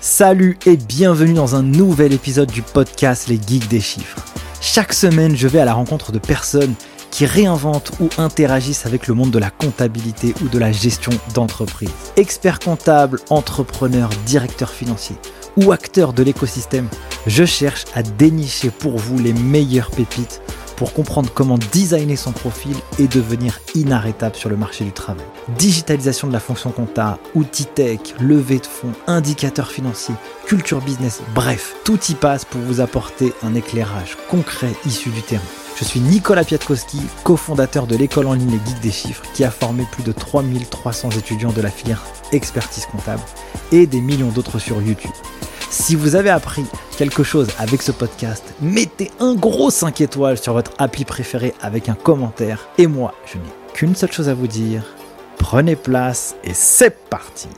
Salut et bienvenue dans un nouvel épisode du podcast Les Geeks des Chiffres. Chaque semaine, je vais à la rencontre de personnes qui réinventent ou interagissent avec le monde de la comptabilité ou de la gestion d'entreprise. Experts comptables, entrepreneurs, directeurs financiers ou acteurs de l'écosystème, je cherche à dénicher pour vous les meilleures pépites pour comprendre comment designer son profil et devenir inarrêtable sur le marché du travail. Digitalisation de la fonction compta, outils tech, levée de fonds, indicateurs financiers, culture business, bref, tout y passe pour vous apporter un éclairage concret issu du terrain. Je suis Nicolas Piatkowski, cofondateur de l'école en ligne Les Geeks des Chiffres, qui a formé plus de 3300 étudiants de la filière expertise comptable et des millions d'autres sur YouTube. Si vous avez appris quelque chose avec ce podcast, mettez un gros 5 étoiles sur votre appli préférée avec un commentaire. Et moi, je n'ai qu'une seule chose à vous dire. Prenez place et c'est parti!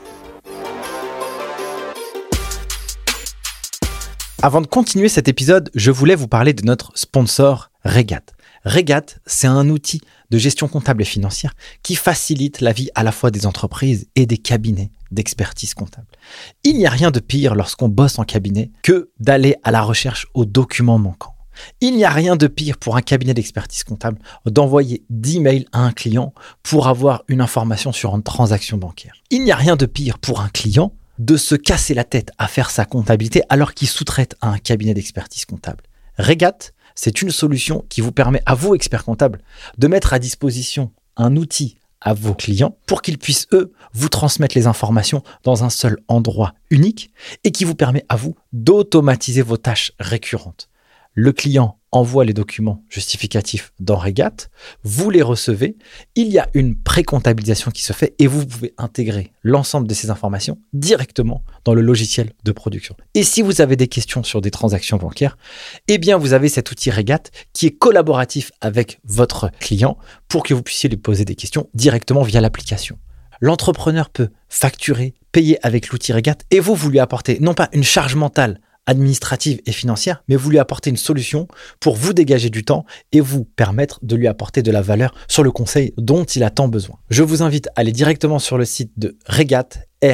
Avant de continuer cet épisode, je voulais vous parler de notre sponsor Regat. Regat, c'est un outil de gestion comptable et financière qui facilite la vie à la fois des entreprises et des cabinets d'expertise comptable. Il n'y a rien de pire lorsqu'on bosse en cabinet que d'aller à la recherche aux documents manquants. Il n'y a rien de pire pour un cabinet d'expertise comptable d'envoyer 10 mails à un client pour avoir une information sur une transaction bancaire. Il n'y a rien de pire pour un client de se casser la tête à faire sa comptabilité alors qu'il sous-traite à un cabinet d'expertise comptable. Regat, c'est une solution qui vous permet à vous, experts comptables, de mettre à disposition un outil à vos clients pour qu'ils puissent, eux, vous transmettre les informations dans un seul endroit unique et qui vous permet à vous d'automatiser vos tâches récurrentes. Le client envoie les documents justificatifs dans Regat, vous les recevez, il y a une pré-comptabilisation qui se fait et vous pouvez intégrer l'ensemble de ces informations directement dans le logiciel de production. Et si vous avez des questions sur des transactions bancaires, eh bien vous avez cet outil Regat qui est collaboratif avec votre client pour que vous puissiez lui poser des questions directement via l'application. L'entrepreneur peut facturer, payer avec l'outil Regat et vous lui apportez non pas une charge mentale administrative et financière, mais vous lui apportez une solution pour vous dégager du temps et vous permettre de lui apporter de la valeur sur le conseil dont il a tant besoin. Je vous invite à aller directement sur le site de Regat,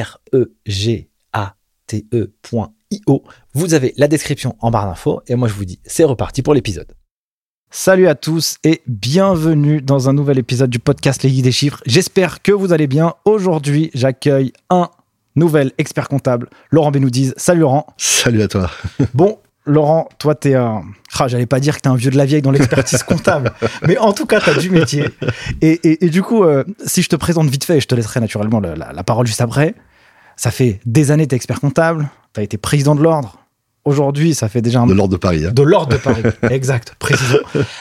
regate.io. Vous avez la description en barre d'infos et moi je vous dis, c'est reparti pour l'épisode. Salut à tous et bienvenue dans un nouvel épisode du podcast Les Geeks des Chiffres. J'espère que vous allez bien. Aujourd'hui, j'accueille un nouvel expert comptable, Laurent Benoudiz. Salut Laurent. Salut à toi. Bon, Laurent, toi, t'es un... j'allais pas dire que t'es un vieux de la vieille dans l'expertise comptable, mais en tout cas, t'as du métier. Et du coup, si je te présente vite fait, je te laisserai naturellement la parole juste après. Ça fait des années que t'es expert comptable, t'as été président de l'ordre. Aujourd'hui, ça fait déjà... De l'ordre de Paris. Hein. De l'ordre de Paris, exact, précision.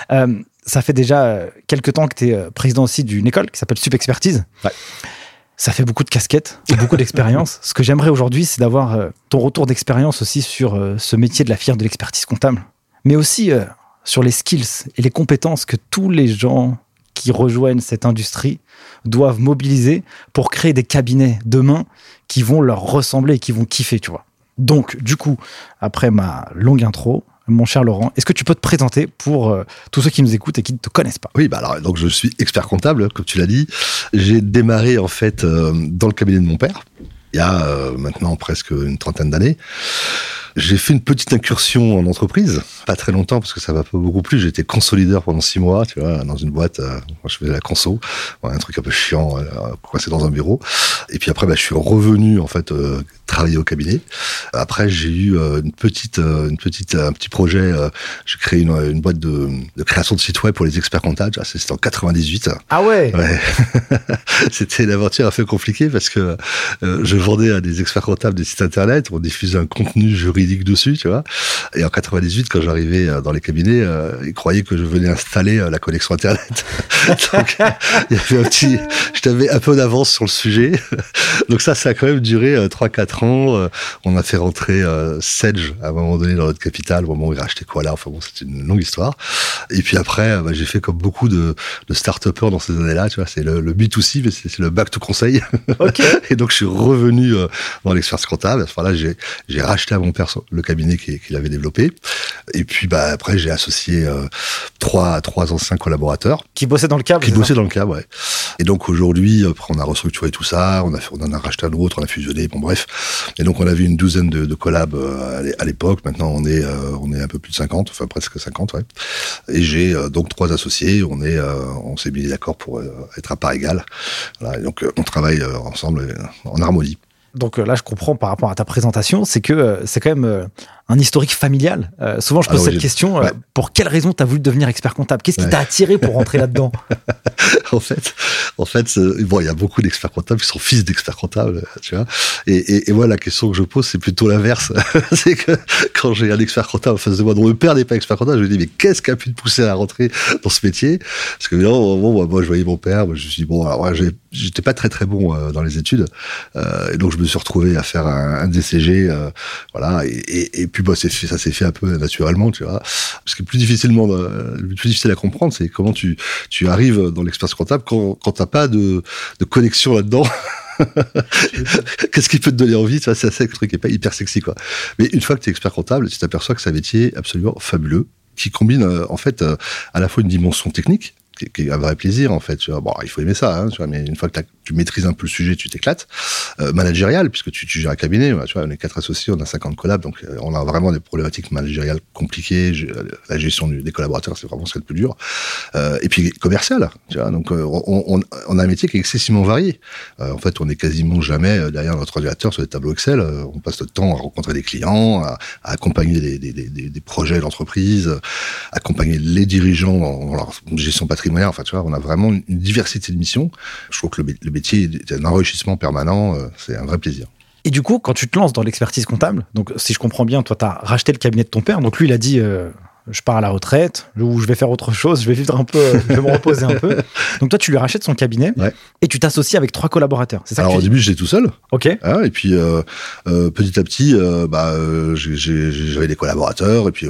Ça fait déjà quelques temps que t'es président aussi d'une école qui s'appelle Supexpertise. Ouais. Ça fait beaucoup de casquettes, beaucoup d'expérience. Ce que j'aimerais aujourd'hui, c'est d'avoir ton retour d'expérience aussi sur ce métier de la filière de l'expertise comptable, mais aussi sur les skills et les compétences que tous les gens qui rejoignent cette industrie doivent mobiliser pour créer des cabinets demain qui vont leur ressembler et qui vont kiffer, tu vois. Donc, du coup, après ma longue intro, mon cher Laurent, est-ce que tu peux te présenter pour tous ceux qui nous écoutent et qui ne te connaissent pas? Oui, alors donc je suis expert comptable, comme tu l'as dit. J'ai démarré en fait dans le cabinet de mon père, il y a maintenant presque une trentaine d'années. J'ai fait une petite incursion en entreprise, pas très longtemps parce que ça va pas beaucoup plus. J'étais consolideur pendant 6 mois, tu vois, dans une boîte. Moi, je faisais la conso, un truc un peu chiant, coincé dans un bureau. Et puis après, je suis revenu en fait travailler au cabinet. Après, j'ai eu un petit projet. J'ai créé une boîte de création de sites web pour les experts comptables. C'était en 98. Ah ouais. C'était une aventure un peu compliquée parce que je vendais à des experts comptables des sites internet. On diffusait un contenu juridique dessus, tu vois. Et en 98, quand j'arrivais dans les cabinets, ils croyaient que je venais installer la connexion internet. Donc, il y avait j'avais un peu d'avance sur le sujet. Donc ça a quand même duré 3-4 ans. On a fait rentrer Sedge à un moment donné dans notre capital, au moment où il rachetait Koala. Enfin bon, c'était une longue histoire. Et puis après, j'ai fait comme beaucoup de start-upers dans ces années-là, tu vois. C'est le B2C, mais c'est le back to conseil. Ok. Et donc, je suis revenu dans l'expertise comptable. À ce moment-là, j'ai racheté à mon père le cabinet qu'il avait développé. Et puis après j'ai associé trois anciens collaborateurs qui bossaient dans le câble. Ouais. Et donc aujourd'hui, après on a restructuré tout ça, on en a racheté un autre, on a fusionné, bon bref. Et donc on avait une douzaine de collabs à l'époque. Maintenant on est un peu plus de 50, enfin presque 50, ouais. Et j'ai donc 3 associés. On s'est mis d'accord pour être à part égale. Voilà. Et donc on travaille ensemble en harmonie. Donc là, je comprends par rapport à ta présentation, c'est que c'est quand même un historique familial. Souvent, je pose cette question, pour quelle raison tu as voulu devenir expert comptable ? Qu'est-ce qui t'a attiré pour rentrer là-dedans ? En fait, il y a beaucoup d'experts comptables qui sont fils d'experts comptables, tu vois. Et moi, la question que je pose, c'est plutôt l'inverse. C'est que quand j'ai un expert comptable en face de moi, dont le père n'est pas expert comptable, je me dis, mais qu'est-ce qui a pu te pousser à rentrer dans ce métier ? Parce que moi, je voyais mon père, je me suis dit, j'étais pas très très bon dans les études. Et donc, je me suis retrouvé à faire un DCG, voilà. Et puis, ça s'est fait un peu naturellement, tu vois. Ce qui est le plus difficile à comprendre, c'est comment tu arrives dans l'expérience comptable quand t'as pas de connexion là-dedans. Qu'est-ce qui peut te donner envie, tu vois, c'est un truc qui est pas hyper sexy, quoi. Mais une fois que tu es expert comptable, tu t'aperçois que c'est un métier absolument fabuleux, qui combine, en fait, à la fois une dimension technique, qui est un vrai plaisir, en fait. Tu vois. Bon, il faut aimer ça, hein, tu vois, mais une fois que tu maîtrises un peu le sujet, tu t'éclates. Managérial, puisque tu gères un cabinet, tu vois, on est 4 associés, on a 50 collabs, donc on a vraiment des problématiques managériales compliquées. La gestion des collaborateurs, c'est vraiment ce qui est le plus dur. Et puis commercial, tu vois. Donc on a un métier qui est excessivement varié. En fait, on est quasiment jamais derrière notre ordinateur sur des tableaux Excel. On passe notre temps à rencontrer des clients, à accompagner des projets d'entreprise, accompagner les dirigeants dans leur gestion patrimoniale. Enfin, tu vois, on a vraiment une diversité de missions. Je trouve que le métier est un enrichissement permanent. C'est un vrai plaisir. Et du coup, quand tu te lances dans l'expertise comptable, donc si je comprends bien, toi, tu as racheté le cabinet de ton père. Donc lui, il a dit je pars à la retraite, ou je vais faire autre chose, je vais vivre un peu, je vais me reposer un peu. Donc toi, tu lui rachètes son cabinet et tu t'associes avec 3 collaborateurs. C'est ça. Alors au début, j'étais tout seul. Ok. Hein, et puis petit à petit, j'avais des collaborateurs. Et puis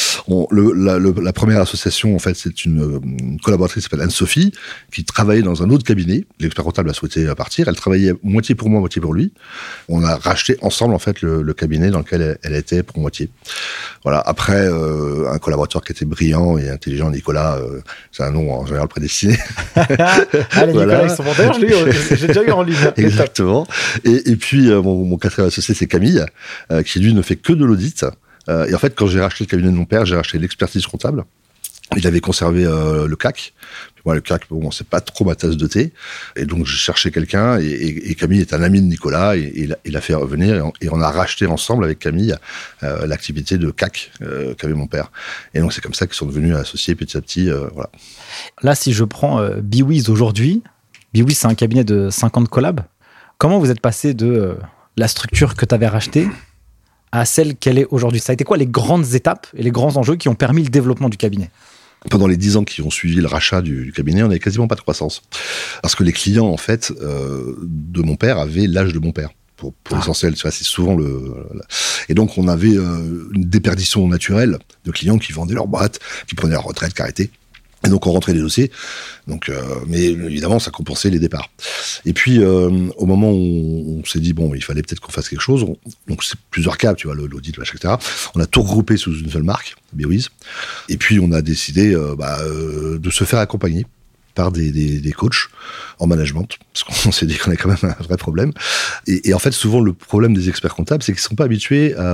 la première association, en fait, c'est une collaboratrice qui s'appelle Anne-Sophie, qui travaillait dans un autre cabinet. L'expert comptable a souhaité partir. Elle travaillait moitié pour moi, moitié pour lui. On a racheté ensemble, en fait, le cabinet dans lequel elle était pour moitié. Voilà. Après, un collaborateur qui était brillant et intelligent, Nicolas, c'est un nom en général prédestiné. Allez, Nicolas, ils sont bons. D'ailleurs, j'ai déjà eu en ligne. Exactement. Et puis, mon 4e associé, c'est Camille, qui lui ne fait que de l'audit. Et en fait, quand j'ai racheté le cabinet de mon père, j'ai racheté l'expertise comptable. Il avait conservé le CAC. Moi, le CAC, bon, c'est pas trop ma tasse de thé. Et donc, je cherchais quelqu'un. Et Camille est un ami de Nicolas. Et il a fait revenir. Et on a racheté ensemble avec Camille l'activité de CAC qu'avait mon père. Et donc, c'est comme ça qu'ils sont devenus associés petit à petit. Voilà. Là, si je prends Biwiz aujourd'hui, Biwiz, c'est un cabinet de 50 collabs. Comment vous êtes passé de la structure que tu avais rachetée à celle qu'elle est aujourd'hui? Ça a été quoi les grandes étapes et les grands enjeux qui ont permis le développement du cabinet? Pendant les 10 ans qui ont suivi le rachat du cabinet, on n'avait quasiment pas de croissance. Parce que les clients, en fait, de mon père avaient l'âge de mon père. Pour l'essentiel, tu vois, c'est souvent Et donc, on avait une déperdition naturelle de clients qui vendaient leur boîte, qui prenaient leur retraite, qui arrêtaient. Et donc, on rentrait les dossiers. Donc, mais évidemment, ça compensait les départs. Et puis, au moment où on s'est dit, bon, il fallait peut-être qu'on fasse quelque chose, donc c'est plusieurs cas, tu vois, l'audit, etc. On a tout regroupé sous une seule marque, Biwiz. Et puis, on a décidé de se faire accompagner par des coachs en management, parce qu'on s'est dit qu'on a quand même un vrai problème. Et en fait, souvent, le problème des experts comptables, c'est qu'ils ne sont pas habitués à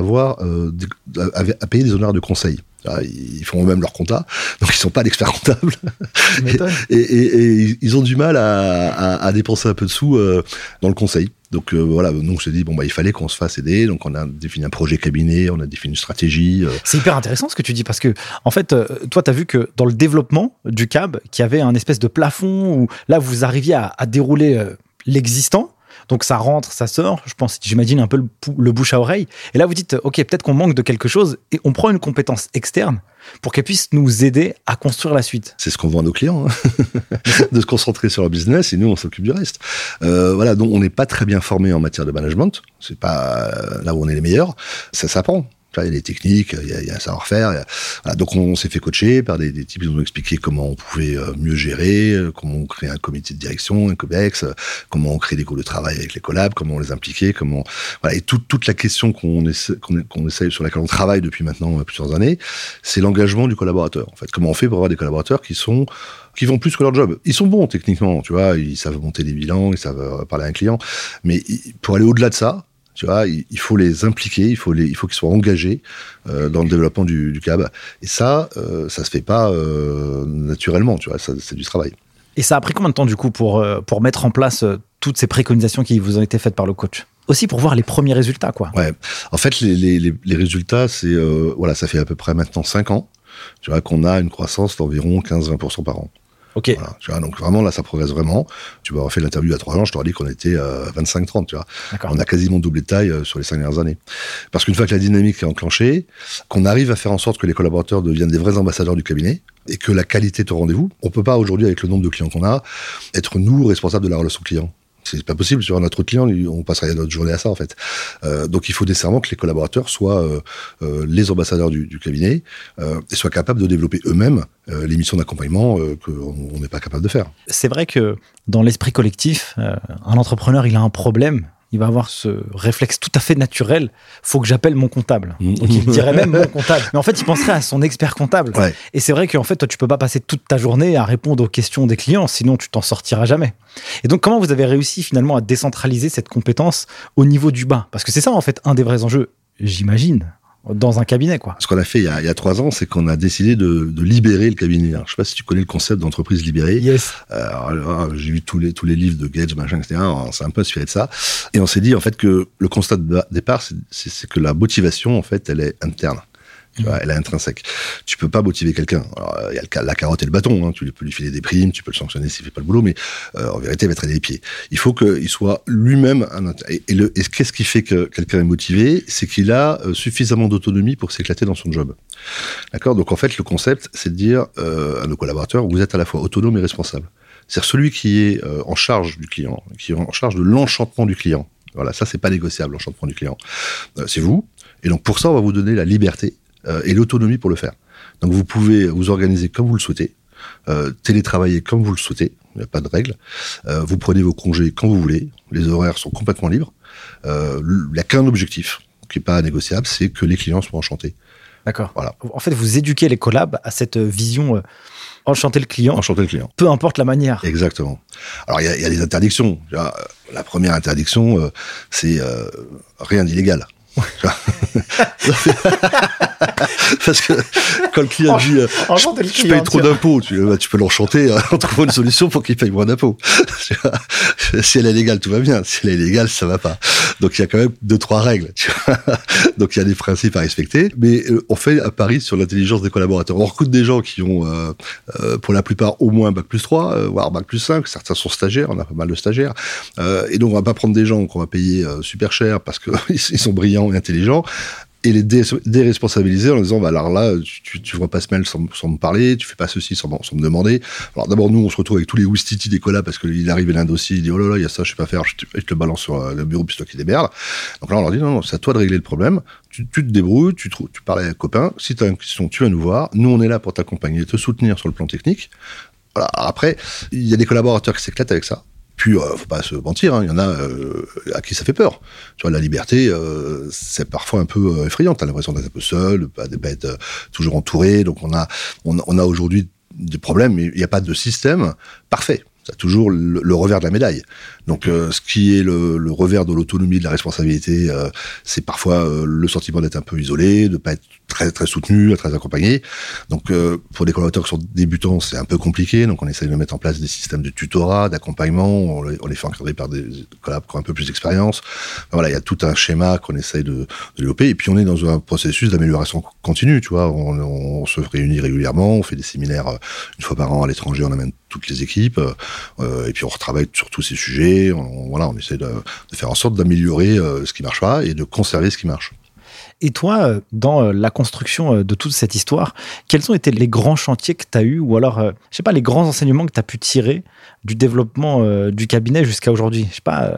à payer des honoraires de conseil. Ils font eux-mêmes leur compta, donc ils sont pas d'experts comptables. Et ils ont du mal à dépenser un peu de sous dans le conseil. Donc voilà, nous on s'est dit il fallait qu'on se fasse aider. Donc on a défini un projet cabinet, on a défini une stratégie. C'est hyper intéressant ce que tu dis parce que en fait, toi tu as vu que dans le développement du CAB, qu'il y avait un espèce de plafond où là vous arriviez à dérouler l'existant. Donc ça rentre, ça sort, j'imagine un peu le bouche à oreille. Et là vous dites, ok, peut-être qu'on manque de quelque chose et on prend une compétence externe pour qu'elle puisse nous aider à construire la suite. C'est ce qu'on vend à nos clients, hein. De se concentrer sur leur business et nous on s'occupe du reste. Voilà, donc on n'est pas très bien formé en matière de management, c'est pas là où on est les meilleurs, ça s'apprend. Tu vois, il y a des techniques, il y a un savoir-faire. Voilà, donc on s'est fait coacher par des types qui nous ont expliqué comment on pouvait mieux gérer, comment on crée un comité de direction, un COBEX, comment on crée des groupes de travail avec les collabs, comment on les impliquait, voilà, et toute la question qu'on essaye, sur laquelle on travaille depuis maintenant plusieurs années, c'est l'engagement du collaborateur. En fait, comment on fait pour avoir des collaborateurs qui vont plus que leur job. Ils sont bons techniquement, tu vois, ils savent monter des bilans, ils savent parler à un client, mais pour aller au-delà de ça, tu vois, il faut les impliquer, il faut qu'ils soient engagés dans le développement du CAB. Et ça se fait pas naturellement, tu vois, c'est du travail. Et ça a pris combien de temps du coup pour mettre en place toutes ces préconisations qui vous ont été faites par le coach ? Aussi pour voir les premiers résultats, quoi. Ouais. En fait, les résultats, c'est voilà, ça fait à peu près maintenant 5 ans. Tu vois qu'on a une croissance d'environ 15-20% par an. Ok. Voilà, tu vois, donc vraiment là, ça progresse vraiment. Tu vas avoir fait l'interview il y a 3 ans, je t'aurais dit qu'on était 25-30, tu vois. D'accord. On a quasiment doublé de taille sur les 5 dernières années. Parce qu'une fois que la dynamique est enclenchée, qu'on arrive à faire en sorte que les collaborateurs deviennent des vrais ambassadeurs du cabinet et que la qualité est au rendez-vous, on peut pas aujourd'hui, avec le nombre de clients qu'on a, être nous responsables de la relation client. C'est pas possible. Sur notre client, on passerait notre journée à ça, en fait. Donc, il faut nécessairement que les collaborateurs soient les ambassadeurs du cabinet et soient capables de développer eux-mêmes les missions d'accompagnement qu'on n'est pas capable de faire. C'est vrai que dans l'esprit collectif, un entrepreneur, il a un problème. Il va avoir ce réflexe tout à fait naturel. Faut que j'appelle mon comptable. Donc, il dirait même mon comptable. Mais en fait, il penserait à son expert comptable. Ouais. Et c'est vrai qu'en fait, toi, tu peux pas passer toute ta journée à répondre aux questions des clients, sinon tu t'en sortiras jamais. Et donc, comment vous avez réussi finalement à décentraliser cette compétence au niveau du bas ? Parce que c'est ça, en fait, un des vrais enjeux, j'imagine, dans un cabinet, quoi. Ce qu'on a fait il y a 3 ans, c'est qu'on a décidé de libérer le cabinet. Alors, je sais pas si tu connais le concept d'entreprise libérée. Yes. Alors, j'ai lu tous les livres de Gates, machin, etc. On s'est un peu inspiré de ça. Et on s'est dit, en fait, que le constat de départ, c'est que la motivation, en fait, elle est interne. Tu vois, elle est intrinsèque. Tu peux pas motiver quelqu'un. Il y a la carotte et le bâton. Hein. Tu peux lui filer des primes, tu peux le sanctionner s'il fait pas le boulot, mais en vérité, il va traîner les pieds. Il faut qu'il soit lui-même et qu'est-ce qui fait que quelqu'un est motivé ? C'est qu'il a suffisamment d'autonomie pour s'éclater dans son job. D'accord ? Donc en fait, le concept, c'est de dire à nos collaborateurs, vous êtes à la fois autonome et responsable. C'est-à-dire celui qui est en charge du client, qui est en charge de l'enchantement du client. Voilà, ça c'est pas négociable, l'enchantement du client. C'est vous. Et donc pour ça, on va vous donner la liberté et l'autonomie pour le faire. Donc vous pouvez vous organiser comme vous le souhaitez, télétravailler comme vous le souhaitez, il n'y a pas de règle, vous prenez vos congés quand vous voulez, les horaires sont complètement libres, il n'y a qu'un objectif qui n'est pas négociable, c'est que les clients soient enchantés. D'accord. Voilà. En fait, vous éduquez les collabs à cette vision enchanter le client. Enchanter le client. Peu importe la manière. Exactement. Alors, il y a des interdictions. La première interdiction, c'est rien d'illégal. Parce que quand le client dit je paye trop d'impôts, tu peux l'enchanter en trouvant une solution pour qu'il paye moins d'impôts. Si elle est légale, tout va bien. Si elle est illégale, ça va pas. Donc il y a quand même 2-3 règles. Donc il y a des principes à respecter. Mais on fait un pari sur l'intelligence des collaborateurs. On recrute des gens qui ont, pour la plupart, au moins Bac+3, voire Bac+5. Certains sont stagiaires. On a pas mal de stagiaires. Et donc on va pas prendre des gens qu'on va payer super cher parce qu'ils sont brillants et intelligents, et les déresponsabiliser en disant, bah alors là, tu vois pas ce mail sans me parler, tu fais pas ceci sans me demander. Alors d'abord, nous, on se retrouve avec tous les ouistiti des collabs parce qu'il arrive à un dossier, il dit, oh là là, il y a ça, je sais pas faire, je te le balance sur le bureau, puis c'est toi qui démerdes. Donc là, on leur dit, non, c'est à toi de régler le problème, tu te débrouilles, tu parles avec un copain, si tu as une question, tu vas nous voir, nous, on est là pour t'accompagner, te soutenir sur le plan technique. Voilà. Après, il y a des collaborateurs qui s'éclatent avec ça. Puis, faut pas se mentir, hein, il y en a à qui ça fait peur. Tu vois, la liberté, c'est parfois un peu effrayant. T'as l'impression d'être un peu seul, de pas être toujours entouré. Donc, on a aujourd'hui des problèmes, mais il n'y a pas de système parfait. C'est toujours le revers de la médaille. Donc, ce qui est le revers de l'autonomie, de la responsabilité, c'est parfois le sentiment d'être un peu isolé, de pas être très très soutenu, très accompagné. Donc, pour des collaborateurs qui sont débutants, c'est un peu compliqué. Donc, on essaie de mettre en place des systèmes de tutorat, d'accompagnement. On les fait encadrer par des collabs qui ont un peu plus d'expérience. Voilà, il y a tout un schéma qu'on essaie de développer. Et puis, on est dans un processus d'amélioration continue. Tu vois, on se réunit régulièrement, on fait des séminaires une fois par an à l'étranger. On amène toutes les équipes. Et puis, on retravaille sur tous ces sujets. On essaie de faire en sorte d'améliorer ce qui marche pas et de conserver ce qui marche. Et toi, dans la construction de toute cette histoire, quels ont été les grands chantiers que tu as eus, ou alors, je sais pas, les grands enseignements que tu as pu tirer du développement du cabinet jusqu'à aujourd'hui ? Je sais pas,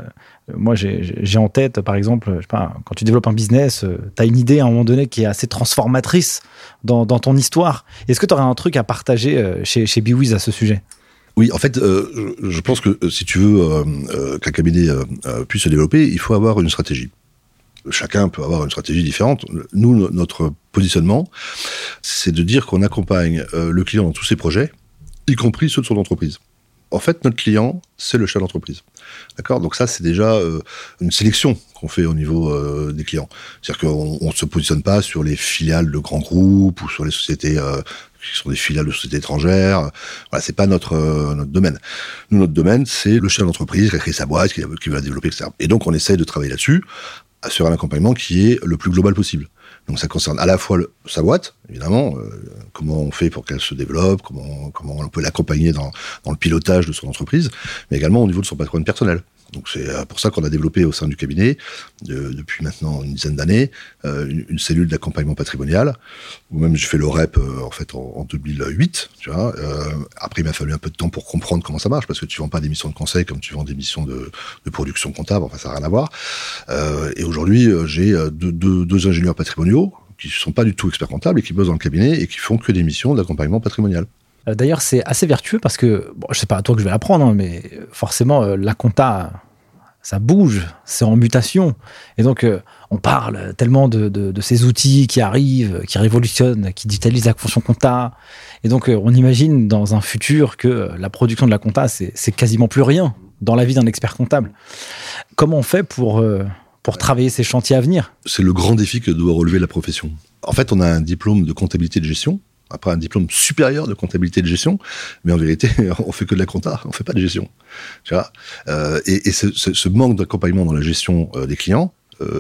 Moi, j'ai en tête, par exemple, je sais pas, quand tu développes un business, tu as une idée à un moment donné qui est assez transformatrice dans ton histoire. Est-ce que tu aurais un truc à partager chez Bewiz à ce sujet ? Oui, en fait, je pense que si tu veux qu'un cabinet puisse se développer, il faut avoir une stratégie. Chacun peut avoir une stratégie différente. Nous, notre positionnement, c'est de dire qu'on accompagne le client dans tous ses projets, y compris ceux de son entreprise. En fait, notre client, c'est le chef d'entreprise. D'accord ? Donc ça, c'est déjà une sélection qu'on fait au niveau des clients. C'est-à-dire qu'on ne se positionne pas sur les filiales de grands groupes ou sur les sociétés qui sont des filiales de sociétés étrangères. Voilà, c'est pas notre domaine. Nous, notre domaine, c'est le chef d'entreprise qui a créé sa boîte, qui veut la développer, etc. Et donc, on essaye de travailler là-dessus, sur un accompagnement qui est le plus global possible. Donc ça concerne à la fois sa boîte, évidemment, comment on fait pour qu'elle se développe, comment on peut l'accompagner dans le pilotage de son entreprise, mais également au niveau de son patrimoine personnel. Donc c'est pour ça qu'on a développé au sein du cabinet, depuis maintenant une dizaine d'années, une cellule d'accompagnement patrimonial, où même j'ai fait le REP en fait en 2008. Tu vois. Après, il m'a fallu un peu de temps pour comprendre comment ça marche, parce que tu vends pas des missions de conseil comme tu vends des missions de production comptable, enfin ça n'a rien à voir. Et aujourd'hui, j'ai deux ingénieurs patrimoniaux qui ne sont pas du tout experts comptables et qui bossent dans le cabinet et qui font que des missions d'accompagnement patrimonial. D'ailleurs, c'est assez vertueux parce que, bon, je sais pas à toi que je vais l'apprendre, hein, mais forcément, la compta, ça bouge, c'est en mutation. Et donc, on parle tellement de ces outils qui arrivent, qui révolutionnent, qui digitalisent la fonction compta. Et donc, on imagine dans un futur que la production de la compta, c'est quasiment plus rien dans la vie d'un expert comptable. Comment on fait pour travailler ces chantiers à venir ? C'est le grand défi que doit relever la profession. En fait, on a un diplôme de comptabilité de gestion, après un diplôme supérieur de comptabilité de gestion, mais en vérité, on fait que de la compta, on fait pas de gestion. Tu vois, et ce manque d'accompagnement dans la gestion des clients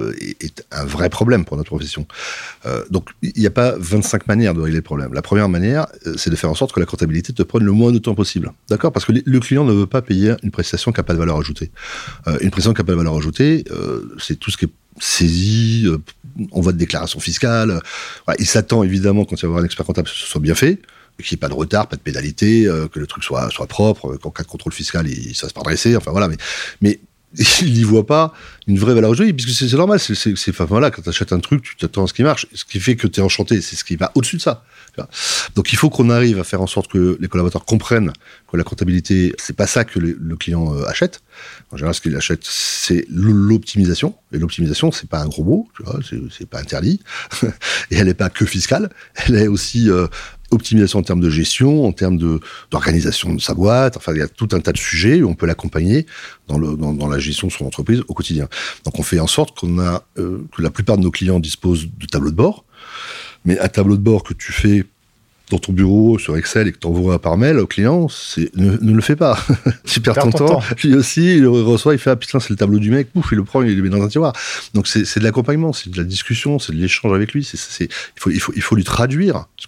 est un vrai problème pour notre profession. Donc, il n'y a pas 25 manières de régler le problème. La première manière, c'est de faire en sorte que la comptabilité te prenne le moins de temps possible. D'accord ? Parce que le client ne veut pas payer une prestation qui n'a pas de valeur ajoutée. Une prestation qui n'a pas de valeur ajoutée, c'est tout ce qui est saisie, envoi de déclaration fiscale. Voilà, il s'attend évidemment, quand il va avoir un expert comptable, que ce soit bien fait, qu'il n'y ait pas de retard, pas de pénalité, que le truc soit propre, qu'en cas de contrôle fiscal, il se fasse pas dresser. Enfin voilà, mais il n'y voit pas une vraie valeur ajoutée, puisque c'est normal. Enfin, voilà, quand tu achètes un truc, tu t'attends à ce qui marche. Ce qui fait que tu es enchanté, c'est ce qui va au-dessus de ça. Donc il faut qu'on arrive à faire en sorte que les collaborateurs comprennent que la comptabilité, c'est pas ça que le client achète. En général, ce qu'il achète, c'est l'optimisation. Et l'optimisation, c'est pas un gros mot, tu vois, c'est pas interdit. Et elle n'est pas que fiscale, elle est aussi optimisation en termes de gestion, en termes d'organisation de sa boîte. Enfin, il y a tout un tas de sujets où on peut l'accompagner dans la gestion de son entreprise au quotidien. Donc on fait en sorte que la plupart de nos clients disposent de tableaux de bord. Mais un tableau de bord que tu fais dans ton bureau sur Excel et que tu envoies par mail au client, ne le fais pas. Tu perds ton temps. Lui aussi, il le reçoit, il fait « Ah putain, c'est le tableau du mec », pouf, il le prend, il le met dans un tiroir. Donc c'est de l'accompagnement, c'est de la discussion, c'est de l'échange avec lui. Il faut lui traduire ce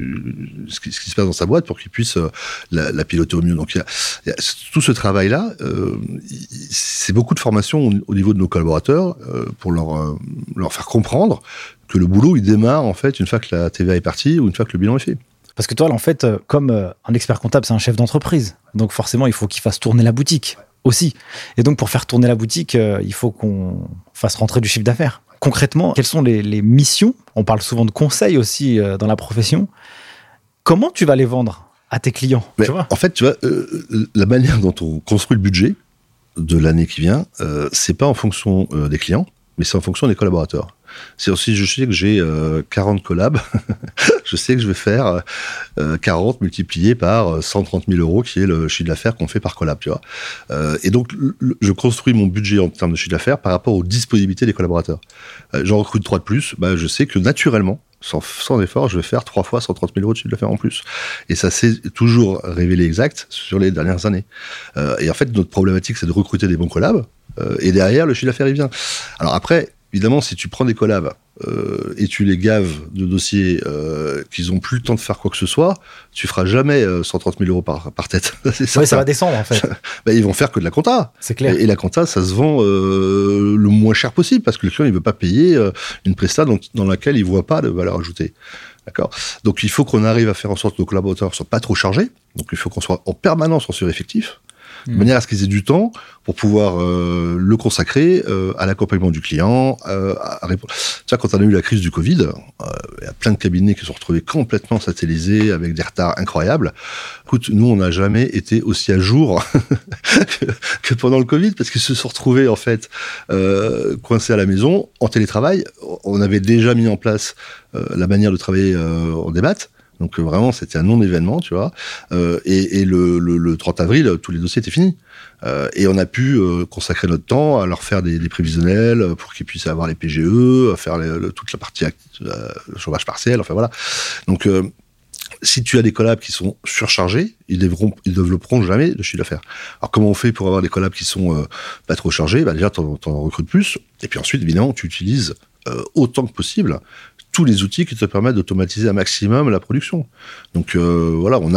qui se passe dans sa boîte pour qu'il puisse la piloter au mieux. Donc il y a tout ce travail-là, c'est beaucoup de formation au niveau de nos collaborateurs pour leur faire comprendre que le boulot, il démarre en fait une fois que la TVA est partie ou une fois que le bilan est fait. Parce que toi, en fait, comme un expert comptable, c'est un chef d'entreprise. Donc forcément, il faut qu'il fasse tourner la boutique aussi. Et donc, pour faire tourner la boutique, il faut qu'on fasse rentrer du chiffre d'affaires. Concrètement, quelles sont les missions ? On parle souvent de conseils aussi dans la profession. Comment tu vas les vendre à tes clients ? Tu vois ? En fait, tu vois, la manière dont on construit le budget de l'année qui vient, c'est pas en fonction des clients, mais c'est en fonction des collaborateurs. C'est aussi, je sais que j'ai 40 collabs, je sais que je vais faire 40 multiplié par 130 000 euros, qui est le chiffre d'affaires qu'on fait par collab, tu vois. Et donc, je construis mon budget en termes de chiffre d'affaires par rapport aux disponibilités des collaborateurs. J'en recrute 3 de plus, je sais que naturellement, sans effort, je vais faire 3 fois 130 000 euros de chiffre d'affaires en plus. Et ça s'est toujours révélé exact sur les dernières années. Et en fait, notre problématique, c'est de recruter des bons collabs, et derrière, le chiffre d'affaires, il vient. Alors après, évidemment, si tu prends des collabs et tu les gaves de dossiers qu'ils n'ont plus le temps de faire quoi que ce soit, tu feras jamais 130 000 euros par tête. Oui, ça va descendre en fait. Ils vont faire que de la compta. C'est clair. Et la compta, ça se vend le moins cher possible parce que le client, il veut pas payer une presta dans laquelle il voit pas de valeur ajoutée. D'accord. Donc il faut qu'on arrive à faire en sorte que nos collaborateurs soient pas trop chargés. Donc il faut qu'on soit en permanence en sureffectif. de manière à ce qu'ils aient du temps pour pouvoir le consacrer à l'accompagnement du client, à répondre. Tu vois, quand on a eu la crise du Covid, il y a plein de cabinets qui se sont retrouvés complètement satellisés avec des retards incroyables. Écoute, nous, on n'a jamais été aussi à jour que pendant le Covid, parce qu'ils se sont retrouvés en fait coincés à la maison, en télétravail. On avait déjà mis en place la manière de travailler en débat. Donc vraiment, c'était un non-événement, tu vois. Et le 30 avril, tous les dossiers étaient finis. Et on a pu consacrer notre temps à leur faire des prévisionnels pour qu'ils puissent avoir les PGE, à faire toute la partie chômage partiel, enfin voilà. Donc, si tu as des collabs qui sont surchargés, ils développeront jamais de chiffre d'affaires. Alors, comment on fait pour avoir des collabs qui sont pas trop chargés? Déjà, t'en recrutes plus. Et puis ensuite, évidemment, tu utilises autant que possible tous les outils qui te permettent d'automatiser un maximum la production. Donc voilà, on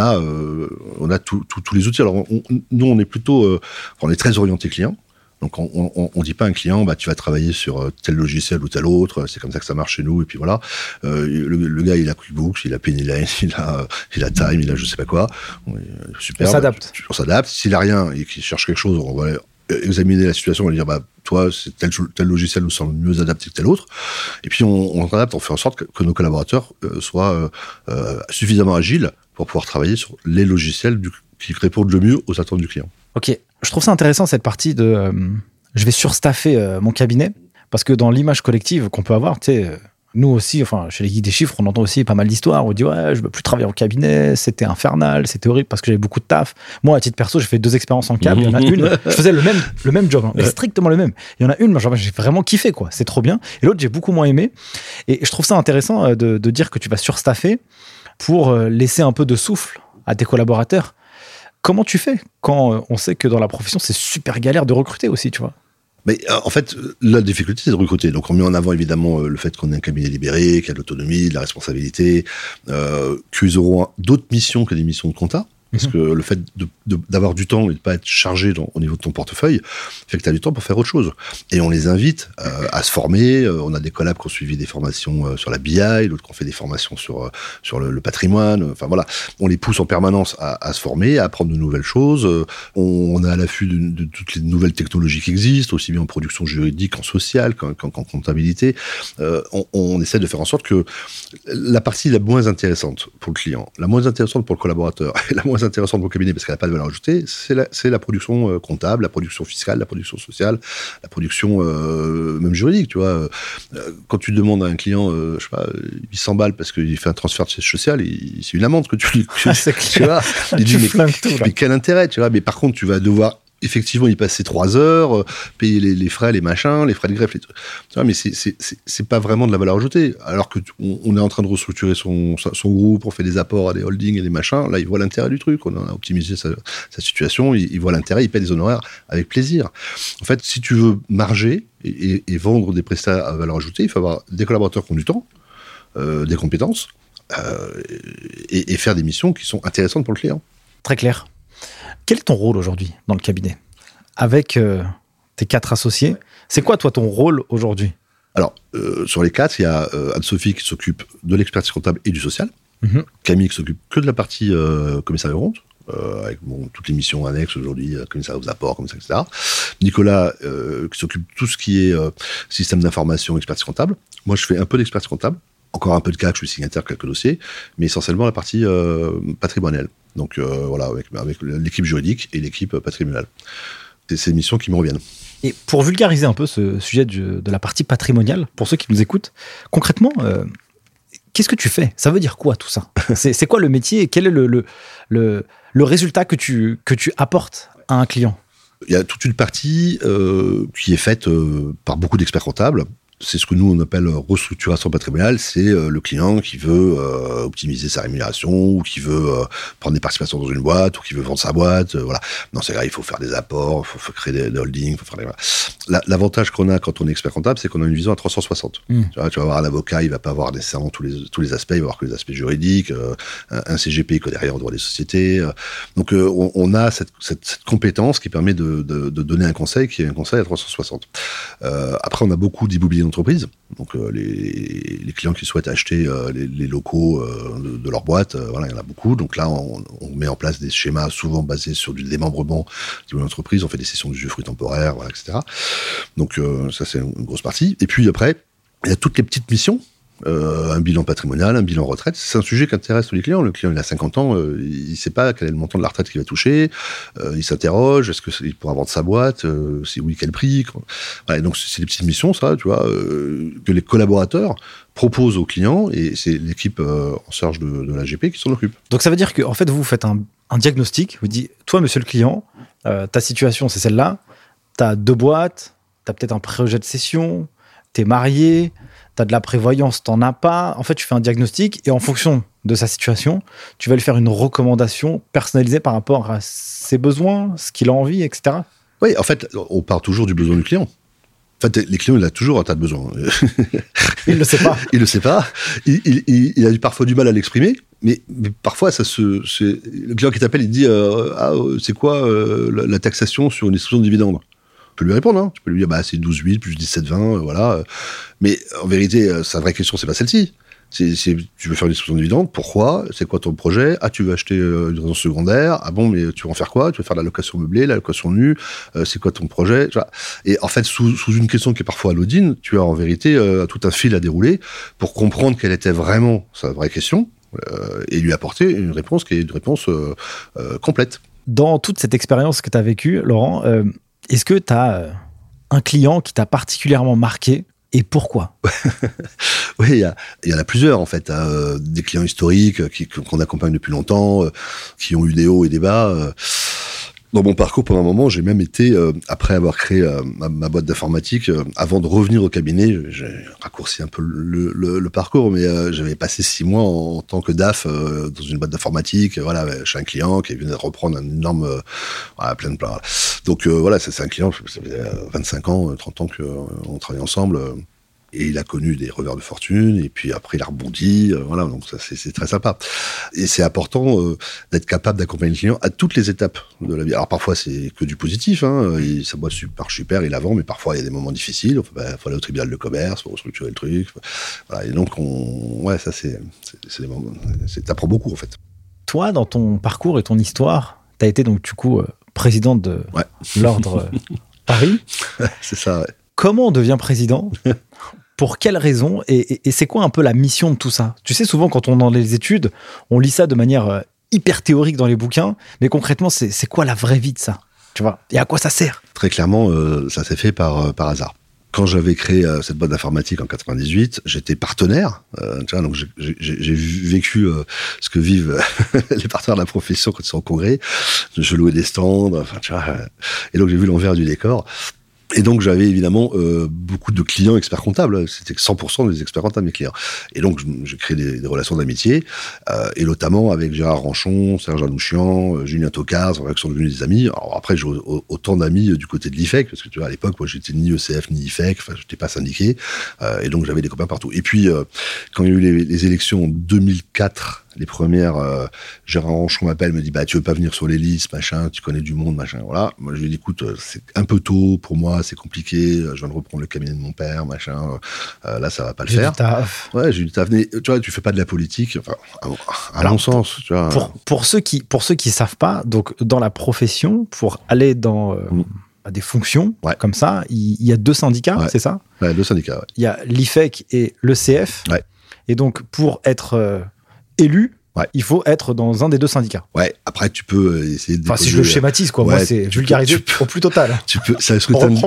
a tous les outils. Alors nous, on est plutôt, on est très orienté client. Donc on dit pas à un client, tu vas travailler sur tel logiciel ou tel autre. C'est comme ça que ça marche chez nous. Et puis voilà, le gars, il a QuickBooks, il a Pennyline, il a Time, il a je sais pas quoi. Super. On s'adapte. On s'adapte. S'il a rien et qu'il cherche quelque chose, on va examiner la situation et dire toi c'est tel logiciel nous semble mieux adapté que tel autre, et puis on adapte, on fait en sorte que nos collaborateurs soient suffisamment agiles pour pouvoir travailler sur les logiciels qui répondent le mieux aux attentes du client. Ok, je trouve ça intéressant cette partie de je vais surstaffer mon cabinet, parce que dans l'image collective qu'on peut avoir, tu sais, nous aussi, enfin, chez les guides des chiffres, on entend aussi pas mal d'histoires. On dit, ouais, je veux plus travailler en cabinet, c'était infernal, c'était horrible parce que j'avais beaucoup de taf. Moi, à titre perso, j'ai fait 2 expériences en cab. Il y en a une, je faisais le même job, mais strictement le même. Il y en a une, genre, j'ai vraiment kiffé, quoi. C'est trop bien. Et l'autre, j'ai beaucoup moins aimé. Et je trouve ça intéressant de dire que tu vas surstaffer pour laisser un peu de souffle à tes collaborateurs. Comment tu fais quand on sait que dans la profession, c'est super galère de recruter aussi, tu vois? Mais en fait, la difficulté, c'est de recruter. Donc, on met en avant évidemment le fait qu'on est un cabinet libéré, qu'il y a de l'autonomie, de la responsabilité, qu'ils auront d'autres missions que des missions de compta. Parce que le fait d'avoir du temps et de ne pas être chargé au niveau de ton portefeuille fait que tu as du temps pour faire autre chose. Et on les invite à se former. On a des collabs qui ont suivi des formations sur la BI, d'autres qui ont fait des formations sur le patrimoine. Enfin voilà, on les pousse en permanence à se former, à apprendre de nouvelles choses. On est à l'affût de toutes les nouvelles technologies qui existent, aussi bien en production juridique, en social, qu'en comptabilité. On essaie de faire en sorte que la partie la moins intéressante pour le client, la moins intéressante pour le collaborateur et la moins intéressante pour le cabinet parce qu'elle n'a pas de valeur ajoutée, c'est la production comptable, la production fiscale, la production sociale, la production même juridique, tu vois. Quand tu demandes à un client, je sais pas, 800 balles parce qu'il fait un transfert de siège social, c'est une amende que tu lui... tu vois, il dit, mais quel intérêt, tu vois. Mais par contre, tu vas devoir effectivement y passer 3 heures, payer les frais, les machins, les frais de greffe, tu vois, mais c'est pas vraiment de la valeur ajoutée. Alors que on est en train de restructurer son groupe, on fait des apports à des holdings et des machins, là, il voit l'intérêt du truc, on a optimisé sa situation, il voit l'intérêt, il paie des honoraires avec plaisir. En fait, si tu veux marger et vendre des prestats à valeur ajoutée, il faut avoir des collaborateurs qui ont du temps, des compétences, et faire des missions qui sont intéressantes pour le client. Très clair. Quel est ton rôle aujourd'hui dans le cabinet? Avec tes 4 associés, c'est quoi, toi, ton rôle aujourd'hui? Alors, sur les 4, il y a Anne-Sophie qui s'occupe de l'expertise comptable et du social. Camille qui s'occupe que de la partie commissariat aux comptes, avec toutes les missions annexes aujourd'hui, commissariat aux apports, comme ça, etc. Nicolas qui s'occupe de tout ce qui est système d'information, expertise comptable. Moi, je fais un peu d'expertise comptable. Encore un peu de CAC, je suis signataire de quelques dossiers, mais essentiellement la partie patrimoniale. Donc voilà, avec l'équipe juridique et l'équipe patrimoniale. C'est ces missions qui me reviennent. Et pour vulgariser un peu ce sujet de la partie patrimoniale, pour ceux qui nous écoutent, concrètement, qu'est-ce que tu fais? Ça veut dire quoi tout ça? C'est quoi le métier et quel est le résultat que tu apportes à un client? Il y a toute une partie qui est faite par beaucoup d'experts comptables. C'est ce que nous, on appelle restructuration patrimoniale. C'est le client qui veut optimiser sa rémunération ou qui veut prendre des participations dans une boîte ou qui veut vendre sa boîte. Voilà. Non, c'est vrai, il faut faire des apports, il faut créer des holdings, il faut faire des... Voilà. L'avantage qu'on a quand on est expert comptable, c'est qu'on a une vision à 360. Tu vas avoir un avocat, il va pas avoir nécessairement tous les aspects, il va avoir que les aspects juridiques, un CGP que derrière en droit des sociétés. Donc, on a cette compétence qui permet de donner un conseil qui est un conseil à 360. Après, on a beaucoup d'immobilier d'entreprise. Donc les clients qui souhaitent acheter les locaux de leur boîte, voilà, il y en a beaucoup. Donc là, on met en place des schémas souvent basés sur du démembrement de l'entreprise. On fait des sessions d'usufruit temporaire, voilà, etc. Donc ça, c'est une grosse partie. Et puis après, il y a toutes les petites missions. Un bilan patrimonial, un bilan retraite, c'est un sujet qui intéresse tous les clients. Le client, il a 50 ans, il ne sait pas quel est le montant de la retraite qu'il va toucher, il s'interroge, est-ce qu'il pourra vendre sa boîte, si oui, quel prix. Voilà, donc c'est des petites missions, ça, tu vois, que les collaborateurs proposent aux clients, et c'est l'équipe en charge de l'AGP qui s'en occupe. Donc ça veut dire que en fait, vous faites un diagnostic, vous dites, toi, monsieur le client, ta situation, c'est celle-là, tu as 2 boîtes, tu as peut-être un projet de cession, tu es marié, t'as de la prévoyance, t'en as pas. En fait, tu fais un diagnostic et en fonction de sa situation, tu vas lui faire une recommandation personnalisée par rapport à ses besoins, ce qu'il a envie, etc. Oui, en fait, on part toujours du besoin du client. En fait, les clients, il a toujours un tas de besoins. Il ne le sait pas. Il le sait pas. Il a parfois du mal à l'exprimer, mais parfois, le client qui t'appelle, il dit c'est quoi la taxation sur une distribution de dividendes ? Tu peux lui répondre, hein. Tu peux lui dire c'est 12,8 plus 17,20, voilà. Mais en vérité, sa vraie question, c'est pas celle-ci. Tu veux faire une distribution de dividendes, pourquoi ? C'est quoi ton projet ? Tu veux acheter une résidence secondaire ? Ah bon, mais tu veux en faire quoi ? Tu veux faire de la location meublée, la location nue ? C'est quoi ton projet ? Et en fait, sous une question qui est parfois anodine, tu as en vérité tout un fil à dérouler pour comprendre quelle était vraiment sa vraie question et lui apporter une réponse qui est une réponse complète. Dans toute cette expérience que tu as vécue, Laurent, est-ce que tu as un client qui t'a particulièrement marqué et pourquoi ? Oui, il y en a plusieurs en fait. Des clients historiques qu'on accompagne depuis longtemps, qui ont eu des hauts et des bas. Dans mon parcours, pendant un moment, j'ai même été, après avoir créé ma boîte d'informatique, avant de revenir au cabinet, j'ai raccourci un peu le parcours, mais j'avais passé 6 mois en tant que DAF dans une boîte d'informatique, voilà, chez un client qui venait de reprendre un énorme, plein de plats. Donc voilà, c'est un client, ça fait 25 ans, 30 ans qu'on travaille ensemble. Et il a connu des revers de fortune, et puis après il a rebondi, voilà, donc ça c'est très sympa. Et c'est important d'être capable d'accompagner le client à toutes les étapes de la vie. Alors parfois c'est que du positif, hein, sa boîte marche super, il la vend, mais parfois il y a des moments difficiles, il faut aller au tribunal de commerce, faut restructurer le truc, voilà, et donc ça c'est des moments, t'apprends beaucoup en fait. Toi, dans ton parcours et ton histoire, t'as été donc du coup président de l'Ordre Paris. C'est ça, ouais. Comment on devient président ? Pour quelles raisons ? Et c'est quoi un peu la mission de tout ça ? Tu sais, souvent, quand on est dans les études, on lit ça de manière hyper théorique dans les bouquins, mais concrètement, c'est quoi la vraie vie de ça ? Tu vois ? Et à quoi ça sert ? Très clairement, ça s'est fait par hasard. Quand j'avais créé cette boîte d'informatique en 98, j'étais partenaire. Tu vois, donc j'ai vécu ce que vivent les partenaires de la profession quand ils sont au congrès. Je louais des stands, enfin, tu vois, et donc j'ai vu l'envers du décor. Et donc, j'avais évidemment beaucoup de clients experts comptables. C'était 100% des experts comptables, mes clients. Et donc, j'ai créé des relations d'amitié, et notamment avec Gérard Ranchon, Serge Anouchian, Julien Tocard, qui sont devenus des amis. Alors après, j'ai autant d'amis du côté de l'IFEC, parce que tu vois, à l'époque, moi, j'étais ni ECF, ni IFEC, enfin, j'étais pas syndiqué, et donc j'avais des copains partout. Et puis, quand il y a eu les élections en 2004, les premières, Gérard Ranchon m'appelle, me dit tu veux pas venir sur les listes, machin, tu connais du monde, machin, voilà. Moi je lui dis écoute, c'est un peu tôt pour moi, c'est compliqué, je viens de reprendre le cabinet de mon père, machin, là ça va pas le faire. Du taf. Ouais, j'ai eu du taf, mais tu vois, tu fais pas de la politique, enfin, à mon sens, tu vois. Pour ceux qui savent pas, donc dans la profession, pour aller dans des fonctions comme ça, il y a 2 syndicats, c'est ça ? Ouais, 2 syndicats, ouais. Il y a l'IFEC et l'ECF. Ouais. Et donc pour être élu, il faut être dans un des 2 syndicats. Ouais, après tu peux essayer de... Enfin, si je le schématise, quoi. Moi, c'est vulgarisé au plus total. C'est un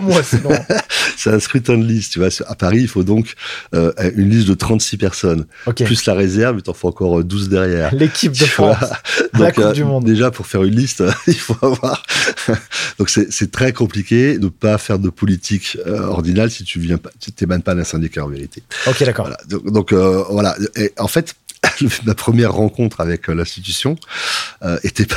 scrutin de liste, tu vois. À Paris, il faut donc une liste de 36 personnes. Okay. Plus la réserve, il t'en faut encore 12 derrière. L'équipe de France. La Coupe du Monde. Déjà, pour faire une liste, il faut avoir... Donc, c'est très compliqué de ne pas faire de politique ordinale si tu t'émanes pas d'un syndicat, en vérité. Ok, d'accord. Voilà. Donc voilà. Et en fait, ma première rencontre avec l'institution était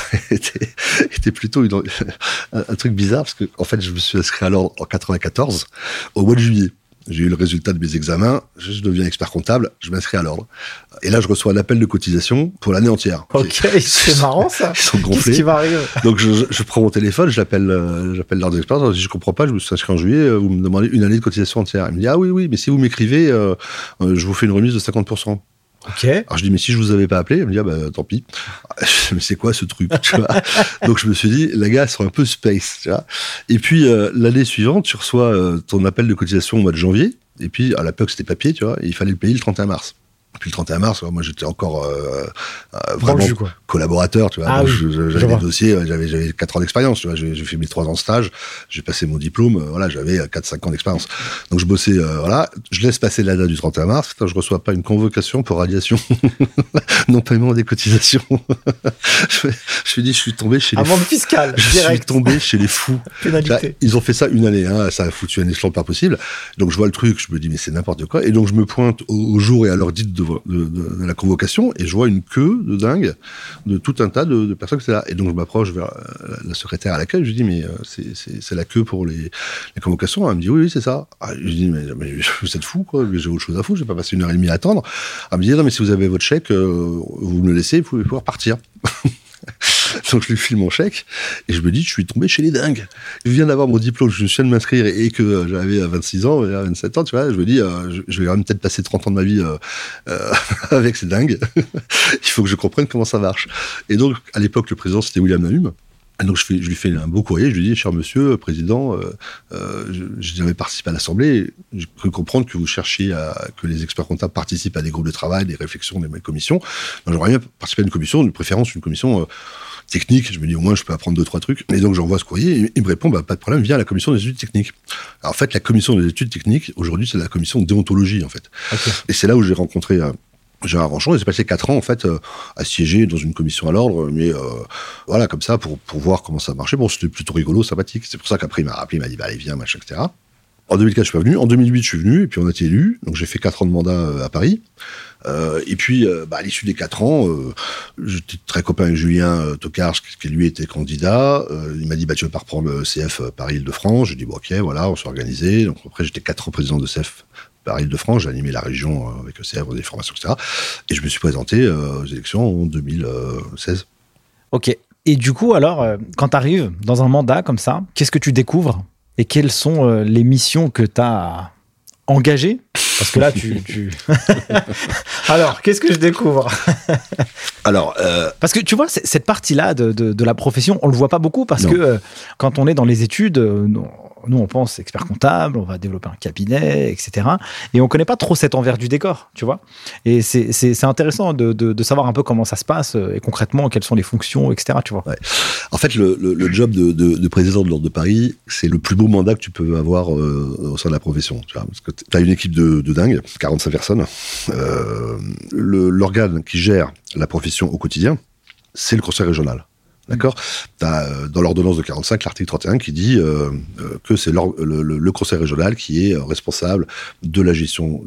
plutôt un truc bizarre, parce que en fait je me suis inscrit alors en 94 au mois de juillet. j'ai eu le résultat de mes examens, je deviens expert comptable, je m'inscris à l'ordre. Et là, je reçois un appel de cotisation pour l'année entière. Ok, c'est marrant ça. Ils sont gonflés. Qu'est-ce qui va arriver? Donc, je prends mon téléphone, j'appelle l'ordre d'expert, je dis, je comprends pas, je me suis inscrit en juillet, vous me demandez une année de cotisation entière. Il me dit, ah oui, mais si vous m'écrivez, je vous fais une remise de 50%. Ok. Alors je dis, mais si je vous avais pas appelé, il me dit, tant pis. Mais c'est quoi ce truc, tu vois? Donc je me suis dit, les gars sont un peu space, tu vois. Et puis l'année suivante, tu reçois ton appel de cotisation au mois de janvier. Et puis à l'époque c'était papier, tu vois, et il fallait le payer le 31 mars. Puis le 31 mars, moi j'étais encore vraiment jus, collaborateur, tu vois. Ah, donc, oui, j'avais des dossiers, j'avais 4 ans d'expérience, tu vois. J'ai fait mes 3 ans de stage, j'ai passé mon diplôme, voilà, j'avais 4-5 ans d'expérience. Donc je bossais, voilà. Je laisse passer la date du 31 mars, putain, je reçois pas une convocation pour radiation, non paiement des cotisations. je me dis, je suis tombé chez les amende fiscale, je direct. suis tombé chez les fous. Pénalité. Ils ont fait ça une année, hein, ça a foutu un échelon pas possible. Donc je vois le truc, je me dis mais c'est n'importe quoi. Et donc je me pointe au jour et à l'heure dite de la convocation et je vois une queue de dingue de tout un tas de personnes qui étaient là. Et donc je m'approche vers la secrétaire à l'accueil, je lui dis mais c'est la queue pour les convocations. Elle me dit oui c'est ça. Je lui dis mais vous êtes fous quoi, j'ai autre chose à foutre, j'ai pas passé 1h30 à attendre. Elle me dit non mais si vous avez votre chèque, vous me le laissez, vous pouvez pouvoir partir. Donc je lui file mon chèque et je me dis je suis tombé chez les dingues. Je viens d'avoir mon diplôme, je viens de m'inscrire et que j'avais 26 ans, 27 ans, tu vois, je me dis je vais quand même peut-être passer 30 ans de ma vie avec ces dingues. Il faut que je comprenne comment ça marche. Et donc à l'époque le président c'était William Nahum. Et donc je lui fais un beau courrier, je lui dis cher monsieur président, j'avais participé à l'Assemblée, j'ai cru comprendre que vous cherchiez que les experts comptables participent à des groupes de travail, des réflexions, des commissions. Donc j'aimerais bien participer à une commission, de préférence une commission technique. Je me dis au moins je peux apprendre 2-3 trucs. Et donc j'envoie ce courrier et il me répond pas de problème, viens à la commission des études techniques. Alors, en fait la commission des études techniques aujourd'hui c'est la commission de déontologie en fait. Okay. Et c'est là où j'ai rencontré Gérard Ranchon, et j'ai passé 4 ans en fait à siéger dans une commission à l'ordre, mais voilà comme ça pour voir comment ça marchait. Bon, c'était plutôt rigolo, sympathique. C'est pour ça qu'après il m'a rappelé, il m'a dit allez viens machin etc. En 2004 je suis pas venu, en 2008 je suis venu et puis on a été élu. Donc j'ai fait 4 ans de mandat à Paris. Et puis à l'issue des 4 ans, j'étais très copain avec Julien Tocard qui lui était candidat. Il m'a dit tu veux pas reprendre le CF Paris-Île-de-France? J'ai dit bon ok voilà, on s'est organisé. Donc après j'étais 4 ans président de CF Paris-Île-de-France, j'ai animé la région avec le CF, des formations, etc. Et je me suis présenté aux élections en 2016. Ok. Et du coup, alors, quand tu arrives dans un mandat comme ça, qu'est-ce que tu découvres? Et quelles sont les missions que tu as engagées? Parce que là, Alors, qu'est-ce que je découvre? Alors, parce que tu vois, cette partie-là de la profession, on le voit pas beaucoup parce que quand on est dans les études, nous, on pense expert comptable, on va développer un cabinet, etc. Et on connaît pas trop cet envers du décor, tu vois. Et c'est intéressant de savoir un peu comment ça se passe et concrètement, quelles sont les fonctions, etc. Tu vois. Ouais. En fait, le job de président de l'Ordre de Paris, c'est le plus beau mandat que tu peux avoir au sein de la profession. Tu vois, parce que tu as une équipe de dingue, 45 personnes. L'organe qui gère la profession au quotidien, c'est le conseil régional. D'accord. T'as dans l'ordonnance de 45 l'article 31 qui dit que c'est le conseil régional qui est responsable de la gestion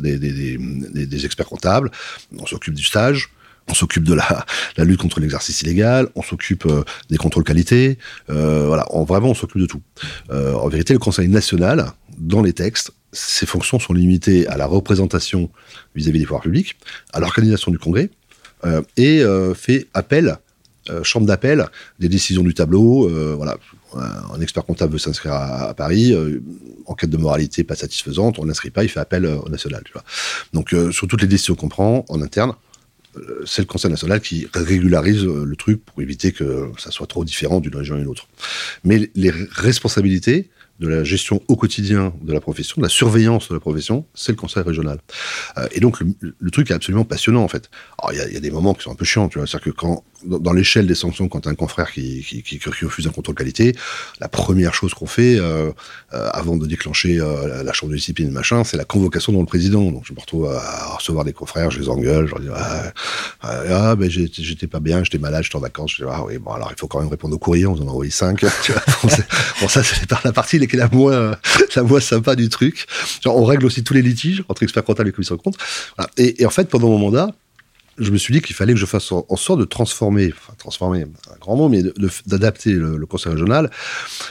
des experts comptables. On s'occupe du stage, on s'occupe de la lutte contre l'exercice illégal, on s'occupe des contrôles qualité. Voilà, vraiment on s'occupe de tout. En vérité, le conseil national, dans les textes, ses fonctions sont limitées à la représentation vis-à-vis des pouvoirs publics, à l'organisation du congrès et fait appel. Chambre d'appel des décisions du tableau, voilà, un expert comptable veut s'inscrire à Paris, enquête de moralité pas satisfaisante, on ne l'inscrit pas, il fait appel au national, tu vois. Donc sur toutes les décisions qu'on prend en interne, c'est le Conseil national qui régularise le truc pour éviter que ça soit trop différent d'une région à une autre. Mais les responsabilités de la gestion au quotidien de la profession, de la surveillance de la profession, c'est le conseil régional. Et donc, le truc est absolument passionnant, en fait. Alors, il y a des moments qui sont un peu chiants, tu vois. C'est-à-dire que dans l'échelle des sanctions, quand t'as un confrère qui refuse un contrôle qualité, la première chose qu'on fait, avant de déclencher la chambre de discipline, machin, c'est la convocation dans le président. Donc, je me retrouve à recevoir des confrères, je les engueule, je leur dis, ben, j'étais pas bien, j'étais malade, j'étais en vacances. Je dis, oui, bon, alors, il faut quand même répondre au courrier, on en a envoyé 5. Tu vois. Bon, ça, c'est la partie qui est la moins sympa du truc. Genre, on règle aussi tous les litiges entre experts comptables et commissaires de compte. Voilà. Et en fait, pendant mon mandat, je me suis dit qu'il fallait que je fasse en sorte de transformer, un grand mot, mais d'adapter le conseil régional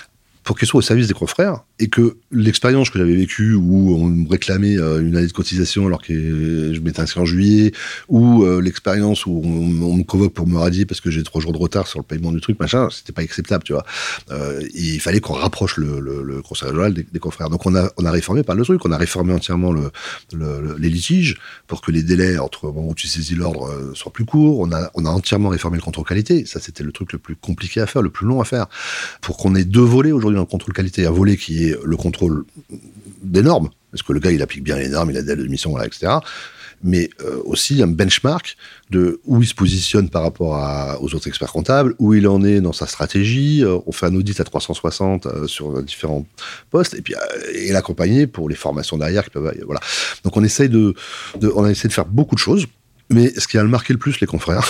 pour qu'il soit au service des confrères, et que l'expérience que j'avais vécue, où on me réclamait une année de cotisation alors que je m'étais inscrit en juillet, ou l'expérience où on me convoque pour me radier parce que j'ai 3 jours de retard sur le paiement du truc, machin, c'était pas acceptable, tu vois. Il fallait qu'on rapproche le conseil régional des confrères. Donc on a réformé pas le truc, on a réformé entièrement les litiges pour que les délais entre le moment où tu saisis l'ordre soient plus courts. On a entièrement réformé le contrôle qualité. Ça, c'était le truc le plus compliqué à faire, le plus long à faire. Pour qu'on ait 2 volets aujourd'hui dans le contrôle qualité. Un volet qui est le contrôle des normes. Est-ce que le gars, il applique bien les normes, il a des délais de mission, voilà, etc. Mais aussi un benchmark de où il se positionne par rapport aux autres experts comptables, où il en est dans sa stratégie. On fait un audit à 360 sur différents postes, et puis et l'accompagner pour les formations derrière qui peuvent, voilà. Donc on essaye de faire beaucoup de choses. Mais ce qui a marqué le plus les confrères,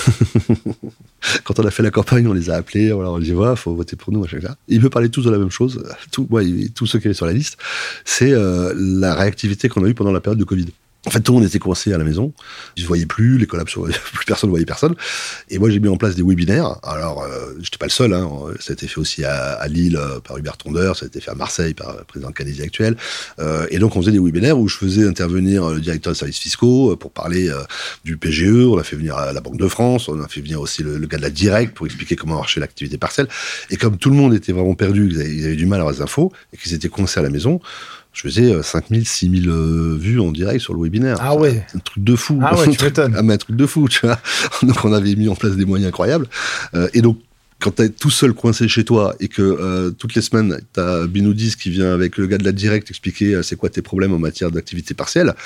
quand on a fait la campagne, on les a appelés, voilà, on dit voilà, faut voter pour nous, machin, etc. Ils me parlaient tous de la même chose, tous ceux qui étaient sur la liste, c'est la réactivité qu'on a eue pendant la période de Covid. En fait, tout le monde était coincé à la maison. Ils se voyaient plus, les collabs, plus personne ne voyait personne. Et moi, j'ai mis en place des webinaires. Alors, j'étais pas le seul, hein. Ça a été fait aussi à Lille par Hubert Tondeur, ça a été fait à Marseille par le président Canesi actuel. Et donc, on faisait des webinaires où je faisais intervenir le directeur des services fiscaux pour parler du PGE. On a fait venir la Banque de France. On a fait venir aussi le gars de la Direct pour expliquer comment marchait l'activité partielle. Et comme tout le monde était vraiment perdu, ils avaient du mal à avoir des infos et qu'ils étaient coincés à la maison, je faisais 5000, 6000 vues en direct sur le webinaire. Ah ouais. C'est un truc de fou. Ah ouais, tu m'étonnes. Ah, mais un truc de fou, tu vois. Donc, on avait mis en place des moyens incroyables. Et donc, quand t'es tout seul coincé chez toi et que toutes les semaines, t'as Binoudis qui vient avec le gars de la Direct expliquer c'est quoi tes problèmes en matière d'activité partielle,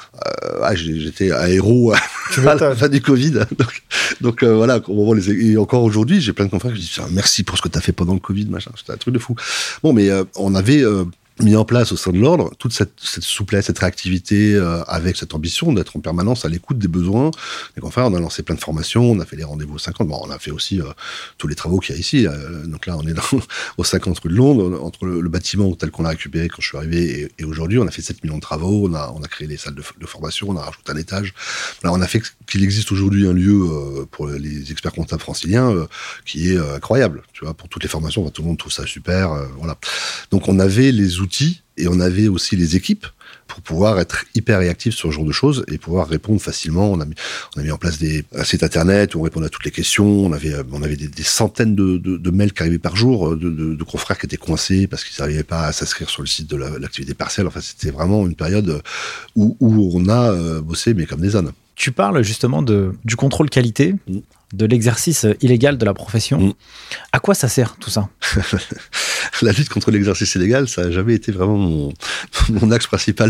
j'étais un héros à la fin du Covid. Donc voilà, et encore aujourd'hui, j'ai plein de confrères qui disent merci pour ce que t'as fait pendant le Covid, machin. C'était un truc de fou. Bon, mais on avait mis en place au sein de l'ordre toute cette souplesse, cette réactivité avec cette ambition d'être en permanence à l'écoute des besoins des confrères. On a lancé plein de formations, on a fait les rendez-vous 50. Bon, on a fait aussi tous les travaux qu'il y a ici. Donc là, on est aux 50 rue de Londres, entre le bâtiment tel qu'on l'a récupéré quand je suis arrivé et aujourd'hui, on a fait 7 millions de travaux, on a créé des salles de formation, on a rajouté un étage. Là, on a fait qu'il existe aujourd'hui un lieu pour les experts comptables franciliens qui est incroyable. Tu vois, pour toutes les formations, tout le monde trouve ça super. Voilà. Donc, on avait les outils et on avait aussi les équipes pour pouvoir être hyper réactifs sur ce genre de choses et pouvoir répondre facilement. On a mis en place un site internet où on répondait à toutes les questions. On avait des centaines de mails qui arrivaient par jour de confrères qui étaient coincés parce qu'ils n'arrivaient pas à s'inscrire sur le site de l'activité partielle. Enfin, c'était vraiment une période où on a bossé, mais comme des ânes. Tu parles justement du contrôle qualité, de l'exercice illégal de la profession. À quoi ça sert tout ça ? La lutte contre l'exercice illégal, ça n'a jamais été vraiment mon axe principal.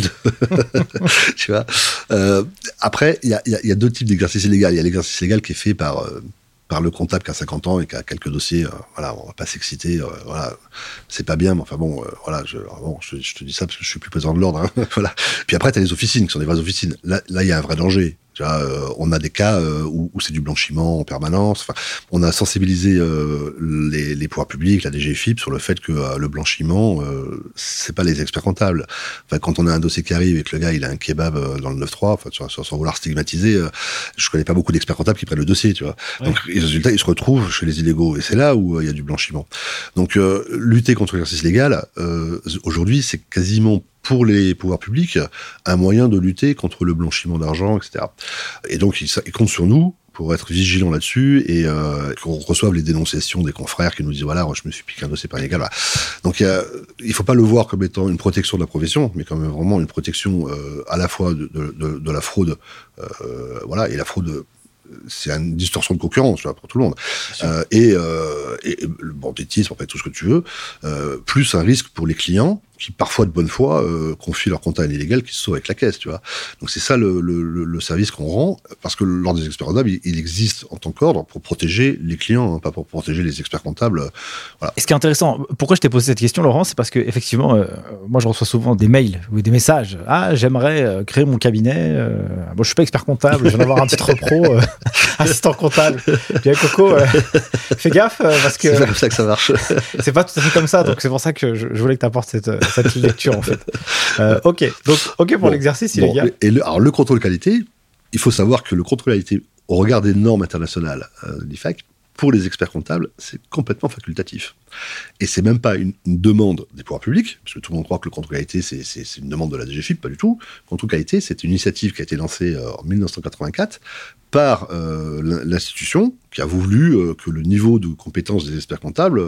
Tu vois. Après, il y a 2 types d'exercice illégal. Il y a l'exercice illégal qui est fait par le comptable qui a 50 ans et qui a quelques dossiers. Voilà, on va pas s'exciter. Voilà, c'est pas bien, mais enfin bon, voilà, je te dis ça parce que je suis plus président de l'ordre. Hein, voilà. Puis après, tu as les officines qui sont des vraies officines. Là, il y a un vrai danger. Tu vois, on a des cas où c'est du blanchiment en permanence. Enfin, on a sensibilisé les pouvoirs publics, la DGFiP, sur le fait que le blanchiment, c'est pas les experts comptables. Enfin, quand on a un dossier qui arrive et que le gars il a un kebab dans le 9-3, enfin, sans vouloir stigmatiser, je connais pas beaucoup d'experts comptables qui prennent le dossier, tu vois. Ouais. Donc, les résultats, ils se retrouvent chez les illégaux, et c'est là où il y a du blanchiment. Donc, lutter contre l'exercice légal, aujourd'hui, c'est quasiment pour les pouvoirs publics, un moyen de lutter contre le blanchiment d'argent, etc. Et donc, ils comptent sur nous pour être vigilants là-dessus et qu'on reçoive les dénonciations des confrères qui nous disent voilà, je me suis piqué un dossier par illégal. Voilà. Donc, il faut pas le voir comme étant une protection de la profession, mais comme vraiment une protection à la fois de la fraude, voilà, et la fraude. C'est une distorsion de concurrence, tu vois, pour tout le monde. Et le banditisme, en fait, tout ce que tu veux, plus un risque pour les clients qui, parfois de bonne foi, confient leur compte à un illégal qui se sauve avec la caisse, tu vois. Donc c'est ça le service qu'on rend, parce que l'ordre des experts comptables, il existe en tant qu'ordre pour protéger les clients, hein, pas pour protéger les experts comptables. Voilà. Et ce qui est intéressant, pourquoi je t'ai posé cette question, Laurent, c'est parce que effectivement, moi je reçois souvent des mails ou des messages. Ah, j'aimerais créer mon cabinet. Bon, je suis pas expert comptable, je viens d'avoir un titre pro, assistant comptable. Je dis, Coco, fais gaffe parce que c'est pas comme ça que ça marche. C'est pas tout à fait comme ça, donc c'est pour ça que je voulais que tu apportes cette lecture en fait. Ok, donc ok pour l'exercice illégal. Alors le contrôle qualité, il faut savoir que le contrôle qualité au regard des normes internationales d'IFAC, pour les experts comptables, c'est complètement facultatif. Et c'est même pas une demande des pouvoirs publics, parce que tout le monde croit que le contrôle qualité, c'est une demande de la DGFiP, pas du tout. Le contrôle qualité, c'est une initiative qui a été lancée en 1984 par l'institution qui a voulu que le niveau de compétence des experts comptables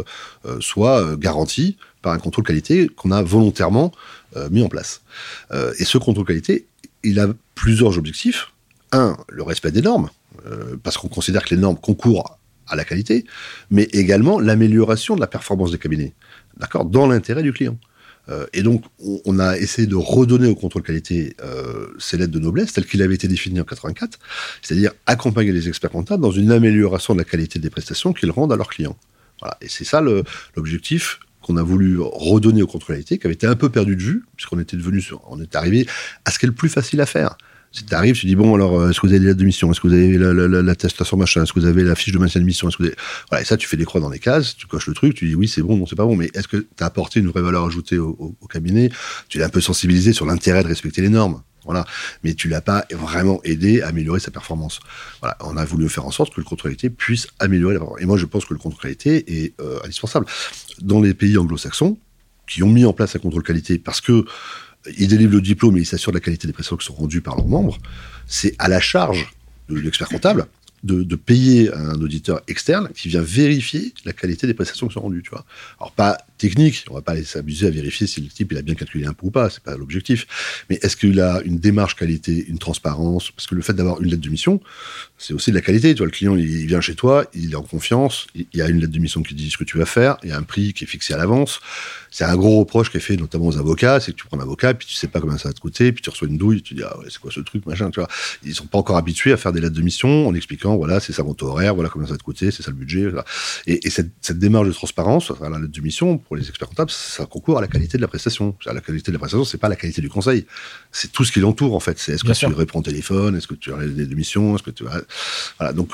soit garanti par un contrôle qualité qu'on a volontairement mis en place. Et ce contrôle qualité, il a plusieurs objectifs. Un, le respect des normes, parce qu'on considère que les normes concourent à la qualité, mais également l'amélioration de la performance des cabinets, d'accord, dans l'intérêt du client. Et donc, on a essayé de redonner au contrôle qualité ses lettres de noblesse, telles qu'il avait été défini en 84, c'est-à-dire accompagner les experts comptables dans une amélioration de la qualité des prestations qu'ils rendent à leurs clients. Voilà. Et c'est ça l'objectif qu'on a voulu redonner au contrôle qualité, qui avait été un peu perdu de vue, puisqu'on on est arrivé à ce qui est le plus facile à faire. Si tu arrives, tu dis, bon, alors, est-ce que vous avez les lettres de mission? Est-ce que vous avez l'attestation machin? Est-ce que vous avez la fiche de maintien de mission? Est-ce que vous avez... Voilà, et ça, tu fais des croix dans les cases, tu coches le truc, tu dis, oui, c'est bon, non, c'est pas bon, mais est-ce que tu as apporté une vraie valeur ajoutée au cabinet? Tu l'as un peu sensibilisé sur l'intérêt de respecter les normes. Voilà. Mais tu l'as pas vraiment aidé à améliorer sa performance. Voilà. On a voulu faire en sorte que le contrôle qualité puisse améliorer la performance. Et moi, je pense que le contrôle qualité est indispensable. Dans les pays anglo-saxons, qui ont mis en place un contrôle qualité parce que ils délivrent le diplôme et ils s'assurent de la qualité des prestations qui sont rendues par leurs membres, c'est à la charge de l'expert comptable de payer un auditeur externe qui vient vérifier la qualité des prestations qui sont rendues, tu vois. Alors, pas technique, on va pas s'amuser à vérifier si le type il a bien calculé l'impôt ou pas, c'est pas l'objectif, mais est-ce qu'il a une démarche qualité, une transparence, parce que le fait d'avoir une lettre de mission, c'est aussi de la qualité, tu vois, le client il vient chez toi, il est en confiance, il y a une lettre de mission qui dit ce que tu vas faire, il y a un prix qui est fixé à l'avance. C'est un gros reproche qui est fait notamment aux avocats, c'est que tu prends un avocat, puis tu sais pas combien ça va te coûter, puis tu reçois une douille, tu dis ah ouais, c'est quoi ce truc, machin, tu vois. Ils sont pas encore habitués à faire des lettres de mission en expliquant voilà, c'est ça mon taux horaire, voilà combien ça va te coûter, c'est ça le budget, voilà. Et cette démarche de transparence, enfin, la lettre de mission pour les experts comptables, ça concourt à la qualité de la prestation. La qualité de la prestation, c'est pas la qualité du conseil, c'est tout ce qui l'entoure en fait. C'est est-ce que tu réponds au téléphone, est-ce que tu as les lettres de mission, est-ce que tu as... voilà. Donc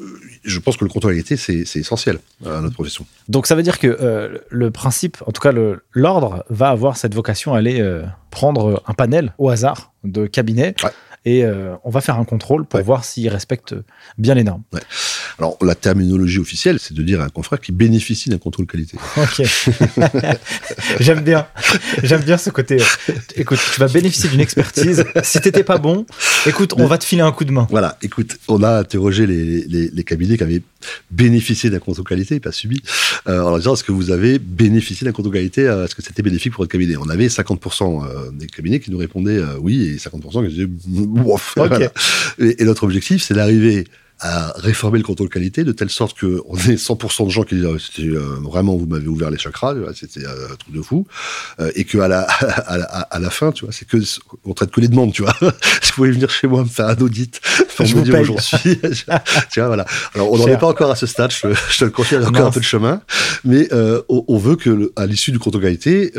je pense que le contrôle qualité c'est essentiel à notre profession. Donc ça veut dire que le principe, en tout cas l'ordre, va avoir cette vocation à aller prendre un panel au hasard de cabinets. Ouais. Et on va faire un contrôle pour voir s'ils respectent bien les normes. Ouais. Alors, la terminologie officielle, c'est de dire à un confrère qui bénéficie d'un contrôle qualité. Ok. J'aime bien ce côté. Écoute, tu vas bénéficier d'une expertise. Si t'étais pas bon, écoute, on va te filer un coup de main. Voilà, écoute, on a interrogé les cabinets qui avaient bénéficié d'un contrôle qualité, pas subi, en disant est-ce que vous avez bénéficié d'un contrôle qualité, est-ce que c'était bénéfique pour votre cabinet? On avait 50% des cabinets qui nous répondaient oui, et 50% qui disaient ouf. Okay. Voilà. Et notre objectif, c'est d'arriver à réformer le contrôle qualité de telle sorte qu'on ait 100% de gens qui disent c'était vraiment vous m'avez ouvert les chakras, c'était un truc de fou, et qu'à la fin, tu vois, c'est que on traite que les demandes, tu vois. Si vous pouvez venir chez moi me faire un audit, je me dire où j'en suis, tu vois, voilà. Alors on n'en est pas encore à ce stade, je te le confie, il y a encore un peu de chemin, mais on veut que à l'issue du contrôle qualité,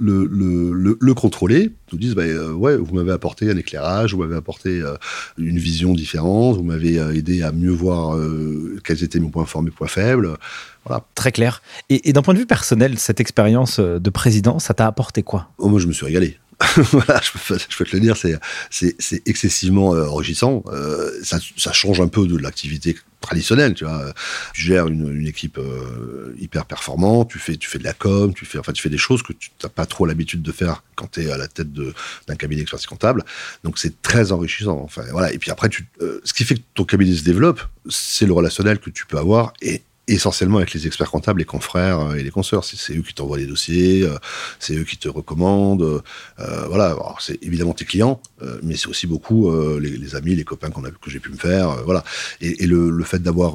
le contrôlé nous dise ouais, vous m'avez apporté un éclairage, vous m'avez apporté une vision différente, vous m'avez aidé à mieux voir quels étaient mes points forts, mes points faibles. Voilà. Très clair. Et d'un point de vue personnel, cette expérience de président, ça t'a apporté quoi? Moi, je me suis régalé. Voilà, je peux te le dire, c'est excessivement enrichissant. Ça change un peu de l'activité traditionnelle, tu vois. Tu gères une équipe hyper performante, tu fais de la com, tu fais des choses que tu n'as pas trop l'habitude de faire quand tu es à la tête d'un cabinet d'expertise comptable. Donc c'est très enrichissant. Enfin voilà. Et puis après, ce qui fait que ton cabinet se développe, c'est le relationnel que tu peux avoir et essentiellement avec les experts comptables, les confrères et les consoeurs. C'est eux qui t'envoient les dossiers, c'est eux qui te recommandent. Voilà. Alors, c'est évidemment tes clients, mais c'est aussi beaucoup les amis, les copains que j'ai pu me faire. Voilà. Et le fait d'avoir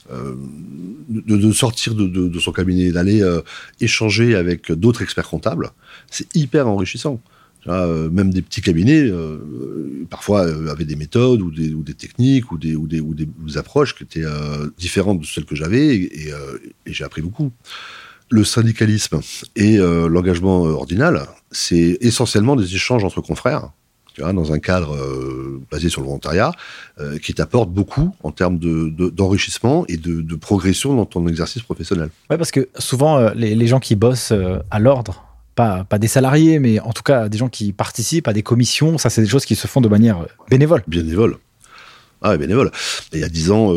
de sortir de son cabinet, d'aller échanger avec d'autres experts comptables, c'est hyper enrichissant. Même des petits cabinets parfois avaient des méthodes ou des techniques ou des approches qui étaient différentes de celles que j'avais et j'ai appris beaucoup. Le syndicalisme et l'engagement ordinal, c'est essentiellement des échanges entre confrères, tu vois, dans un cadre basé sur le volontariat, qui t'apporte beaucoup en termes d'enrichissement et de progression dans ton exercice professionnel. Ouais, parce que souvent les gens qui bossent à l'ordre, pas des salariés, mais en tout cas des gens qui participent à des commissions, ça c'est des choses qui se font de manière bénévole. Bénévole. Ah, bénévole. Et il y a 10 ans,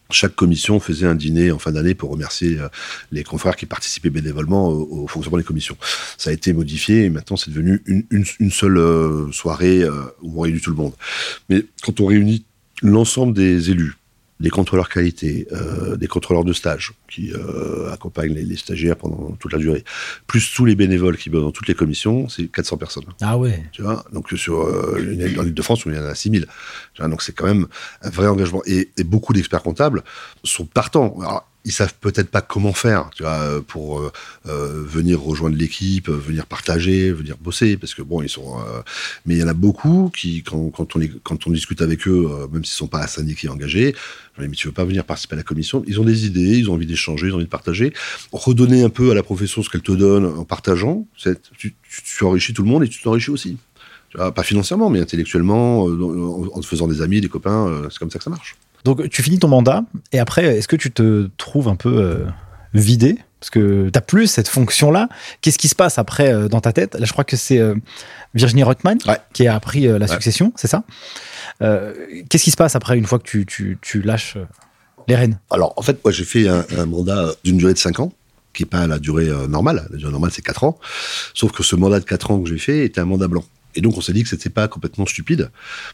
chaque commission faisait un dîner en fin d'année pour remercier les confrères qui participaient bénévolement au fonctionnement des commissions. Ça a été modifié et maintenant c'est devenu une seule soirée où on réunit tout le monde. Mais quand on réunit l'ensemble des élus, des contrôleurs qualité, des contrôleurs de stage qui accompagnent les stagiaires pendant toute la durée, plus tous les bénévoles qui bossent dans toutes les commissions, c'est 400 personnes. Ah ouais. Tu vois, donc sur dans l'Île-de-France, où il y en a 6000. Donc c'est quand même un vrai engagement. Et beaucoup d'experts comptables sont partants. Alors, ils savent peut-être pas comment faire, tu vois, pour venir rejoindre l'équipe, venir partager, venir bosser, parce que bon, ils sont. Mais il y en a beaucoup qui, quand on discute avec eux, même s'ils sont pas syndiqués engagés, mais tu veux pas venir participer à la commission, ils ont des idées, ils ont envie d'échanger, ils ont envie de partager, redonner un peu à la profession ce qu'elle te donne en partageant. Tu enrichis tout le monde et tu t'enrichis aussi. Tu vois, pas financièrement, mais intellectuellement, en te faisant des amis, des copains, c'est comme ça que ça marche. Donc, tu finis ton mandat, et après, est-ce que tu te trouves un peu vidé? Parce que tu n'as plus cette fonction-là. Qu'est-ce qui se passe après dans ta tête? Là, je crois que c'est Virginie Rothman qui a pris la succession, c'est ça? Qu'est-ce qui se passe après, une fois que tu lâches les rênes? Alors, en fait, moi, j'ai fait un mandat d'une durée de 5 ans, qui n'est pas la durée normale. La durée normale, c'est 4 ans. Sauf que ce mandat de 4 ans que j'ai fait était un mandat blanc. Et donc, on s'est dit que c'était pas complètement stupide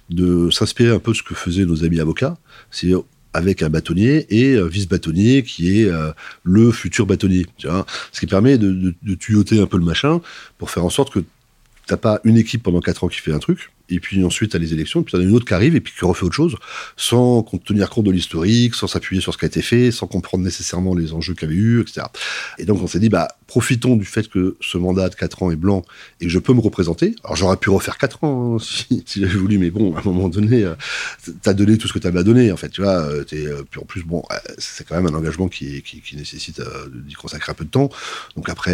de s'inspirer un peu de ce que faisaient nos amis avocats, c'est avec un bâtonnier et un vice-bâtonnier qui est le futur bâtonnier. Tu vois, ce qui permet de tuyauter un peu le machin pour faire en sorte que t'as pas une équipe pendant 4 ans qui fait un truc, et puis ensuite, à les élections, et puis t'en as une autre qui arrive, et puis qui refait autre chose, sans tenir compte de l'historique, sans s'appuyer sur ce qui a été fait, sans comprendre nécessairement les enjeux qu'il y avait eu, etc. Et donc, on s'est dit, profitons du fait que ce mandat de 4 ans est blanc, et que je peux me représenter. Alors, j'aurais pu refaire 4 ans, si j'avais voulu, mais bon, à un moment donné, t'as donné tout ce que t'avais à donner, en fait, tu vois, puis en plus, bon, c'est quand même un engagement qui nécessite d'y consacrer un peu de temps. Donc, après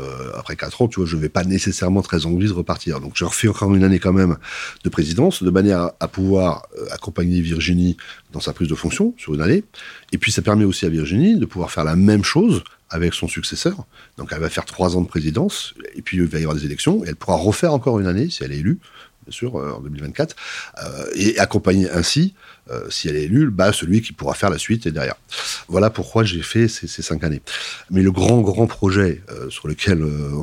4 ans, tu vois, je vais pas nécessairement très envie de repartir. Donc, je refais encore une année quand même de présidence, de manière à pouvoir accompagner Virginie dans sa prise de fonction sur une année. Et puis ça permet aussi à Virginie de pouvoir faire la même chose avec son successeur. Donc elle va faire 3 ans de présidence, et puis il va y avoir des élections, et elle pourra refaire encore une année si elle est élue, bien sûr, en 2024, et accompagner ainsi, si elle est élue, celui qui pourra faire la suite et derrière. Voilà pourquoi j'ai fait ces 5 années. Mais le grand projet sur lequel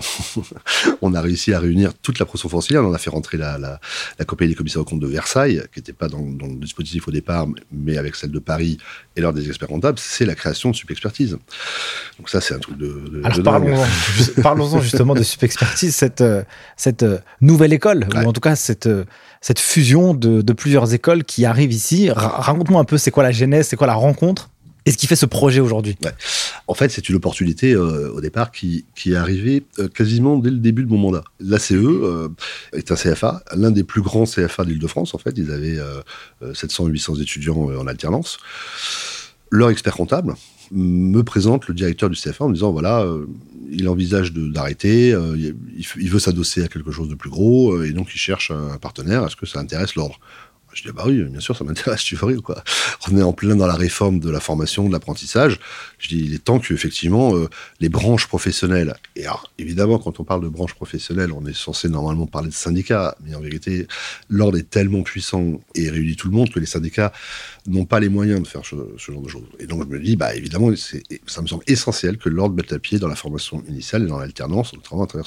on a réussi à réunir toute la profession foncière, on a fait rentrer la compagnie des commissaires aux comptes de Versailles, qui n'était pas dans le dispositif au départ, mais avec celle de Paris et l'ordre des experts comptables, c'est la création de Supexpertise. Donc ça, c'est un truc Alors parlons-en justement de Supexpertise, cette nouvelle école, ou en tout cas cette fusion de plusieurs écoles qui arrivent ici. Raconte-moi un peu, c'est quoi la genèse, c'est quoi la rencontre et ce qui fait ce projet aujourd'hui? En fait, c'est une opportunité au départ qui est arrivée quasiment dès le début de mon mandat. L'ACE est un CFA, l'un des plus grands CFA de l'Île-de-France. En fait, ils avaient 700-800 étudiants en alternance. Leur expert comptable me présente le directeur du CFA en me disant, voilà, il envisage d'arrêter, il veut s'adosser à quelque chose de plus gros, et donc il cherche un partenaire. Est-ce que ça intéresse l'ordre? Je dis, oui, bien sûr, ça m'intéresse, tu ferais ou quoi? On est en plein dans la réforme de la formation, de l'apprentissage. Je dis, il est temps qu'effectivement, les branches professionnelles, et alors, évidemment, quand on parle de branches professionnelles, on est censé normalement parler de syndicats, mais en vérité, l'ordre est tellement puissant et réunit tout le monde que les syndicats n'ont pas les moyens de faire ce genre de choses. Et donc, je me dis, évidemment, ça me semble essentiel que l'ordre mette la pied dans la formation initiale et dans l'alternance, notamment à travers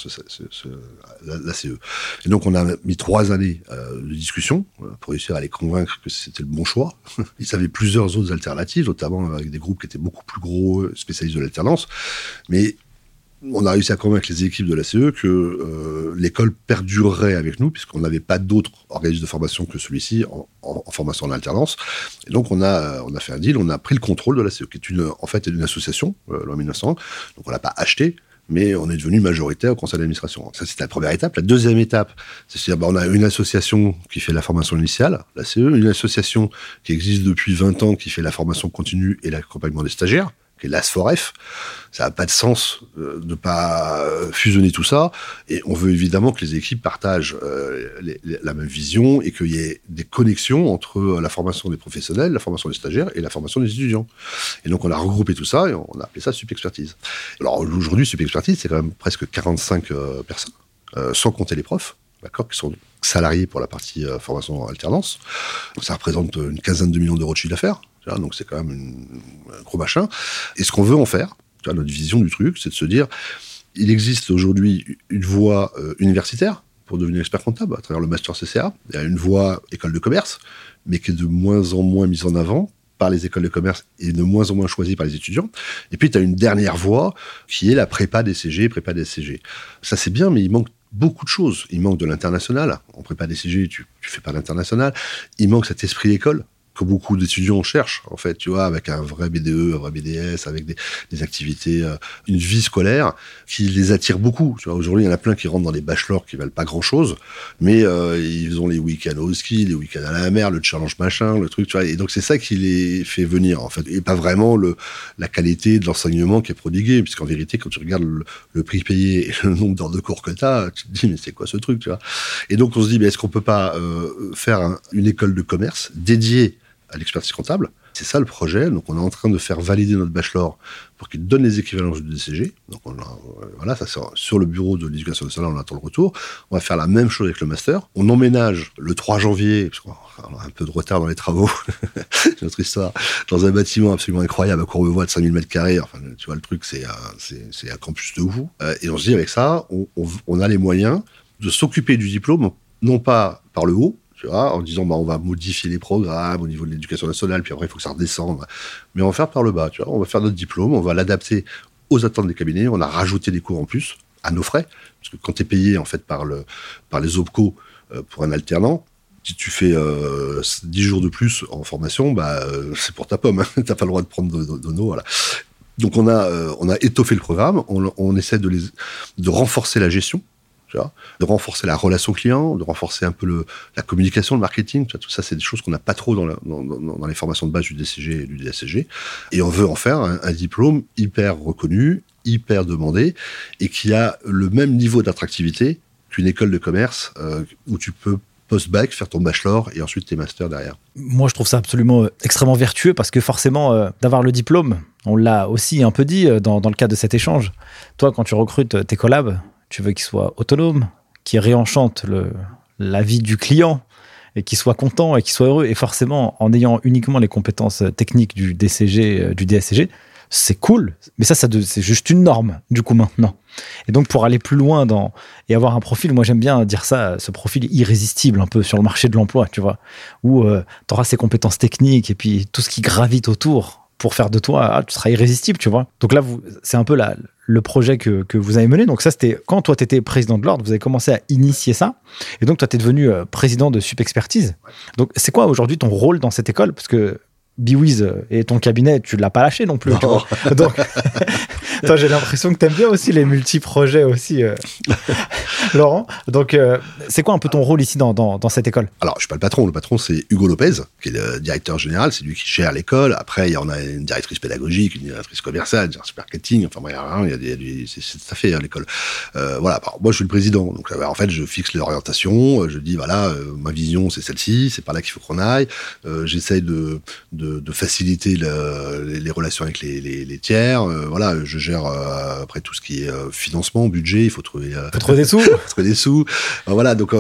l'ACE. Et donc, on a mis 3 années de discussion pour réussir à les convaincre que c'était le bon choix. Ils avaient plusieurs autres alternatives, notamment avec des groupes qui étaient beaucoup plus gros, spécialistes de l'alternance. Mais on a réussi à convaincre les équipes de l'ACE que l'école perdurerait avec nous, puisqu'on n'avait pas d'autres organismes de formation que celui-ci en formation en alternance. Et donc, on a fait un deal, on a pris le contrôle de l'ACE, qui est une association, loi 1901. Donc, on l'a pas acheté, mais on est devenu majoritaire au conseil d'administration. Ça, c'était la première étape. La deuxième étape, c'est-à-dire, on a une association qui fait la formation initiale, l'ACE, une association qui existe depuis 20 ans, qui fait la formation continue et l'accompagnement des stagiaires, qui est l'ASFOREF. Ça n'a pas de sens de ne pas fusionner tout ça. Et on veut évidemment que les équipes partagent la même vision et qu'il y ait des connexions entre la formation des professionnels, la formation des stagiaires et la formation des étudiants. Et donc, on a regroupé tout ça et on a appelé ça Supexpertise. Alors, aujourd'hui, Supexpertise, c'est quand même presque 45 personnes, sans compter les profs, d'accord, qui sont salariés pour la partie formation en alternance. Ça représente une quinzaine de millions d'euros de chiffre d'affaires. Tu vois, donc c'est quand même un gros machin. Et ce qu'on veut en faire, tu vois, notre vision du truc, c'est de se dire, il existe aujourd'hui une voie universitaire pour devenir expert comptable à travers le master CCA. Il y a une voie école de commerce, mais qui est de moins en moins mise en avant par les écoles de commerce et de moins en moins choisie par les étudiants. Et puis, tu as une dernière voie qui est la prépa DCG, prépa DSCG. Ça, c'est bien, mais il manque beaucoup de choses. Il manque de l'international. En prépa DCG, tu fais pas l'international. Il manque cet esprit d'école que beaucoup d'étudiants cherchent, en fait, tu vois, avec un vrai BDE, un vrai BDS, avec des activités, une vie scolaire qui les attire beaucoup. Tu vois, aujourd'hui, il y en a plein qui rentrent dans des bachelors qui valent pas grand-chose, mais ils ont les week-ends au ski, les week-ends à la mer, le challenge machin, le truc, tu vois. Et donc, c'est ça qui les fait venir, en fait, et pas vraiment la qualité de l'enseignement qui est prodigué, puisqu'en vérité, quand tu regardes le prix payé et le nombre d'heures de cours que t'as, tu te dis, mais c'est quoi ce truc, tu vois. Et donc, on se dit, mais est-ce qu'on peut pas faire une école de commerce dédiée à l'expertise comptable? C'est ça le projet. Donc, on est en train de faire valider notre bachelor pour qu'il donne les équivalences du DCG. Donc, voilà, ça c'est sur le bureau de l'éducation nationale, on attend le retour. On va faire la même chose avec le master. On emménage le 3 janvier, parce qu'on a un peu de retard dans les travaux, notre histoire, dans un bâtiment absolument incroyable à Courbevoie de 5000 m². Enfin, tu vois, le truc, c'est un campus de ouf. Et on se dit, avec ça, on a les moyens de s'occuper du diplôme, non pas par le haut, tu vois, en disant on va modifier les programmes au niveau de l'éducation nationale, puis après il faut que ça redescende, mais on va faire par le bas, tu vois, on va faire notre diplôme, on va l'adapter aux attentes des cabinets, on a rajouté des cours en plus à nos frais, parce que quand tu es payé en fait par les OPCO pour un alternant, si tu fais 10 jours de plus en formation, c'est pour ta pomme, hein. T'as pas le droit de prendre d'ono, voilà. Donc on a étoffé le programme, on essaie de renforcer la gestion, de renforcer la relation client, de renforcer un peu la communication, le marketing, tout ça, c'est des choses qu'on n'a pas trop dans les formations de base du DCG et du DSCG. Et on veut en faire un diplôme hyper reconnu, hyper demandé, et qui a le même niveau d'attractivité qu'une école de commerce où tu peux post-bac, faire ton bachelor et ensuite tes masters derrière. Moi, je trouve ça absolument extrêmement vertueux parce que forcément, d'avoir le diplôme, on l'a aussi un peu dit dans le cadre de cet échange. Toi, quand tu recrutes tes collabs, tu veux qu'ils soient autonomes, qu'ils réenchantent la vie du client et qu'ils soient contents et qu'ils soient heureux. Et forcément, en ayant uniquement les compétences techniques du DCG, du DSCG, c'est cool. Mais ça, c'est juste une norme, du coup, maintenant. Et donc, pour aller plus loin et avoir un profil, moi, j'aime bien dire ça, ce profil irrésistible un peu sur le marché de l'emploi, tu vois, où tu auras ces compétences techniques et puis tout ce qui gravite autour pour faire de toi, tu seras irrésistible, tu vois. Donc là, c'est un peu le projet que vous avez mené. Donc ça, c'était quand toi, tu étais président de l'ordre, vous avez commencé à initier ça. Et donc, toi, tu es devenu président de Supexpertise. Donc, c'est quoi aujourd'hui ton rôle dans cette école? Parce que Biwiz et ton cabinet, tu ne l'as pas lâché non plus. Non. Tu vois. Donc, toi, j'ai l'impression que tu aimes bien aussi les multi-projets aussi, Laurent. Donc, c'est quoi un peu ton rôle ici dans cette école? Alors, je suis pas le patron. Le patron, c'est Hugo Lopez, qui est le directeur général. C'est lui qui gère l'école. Après, il y en a une directrice pédagogique, une directrice commerciale, une directrice marketing. Enfin, c'est ça fait l'école. Voilà. Alors, moi, je suis le président. Donc, en fait, je fixe l'orientation. Je dis, voilà, ma vision, c'est celle-ci. C'est par là qu'il faut qu'on aille. J'essaye de faciliter les relations avec les tiers. Voilà, je gère après tout ce qui est financement, budget. Il faut trouver des sous. Trouver des sous. Voilà, donc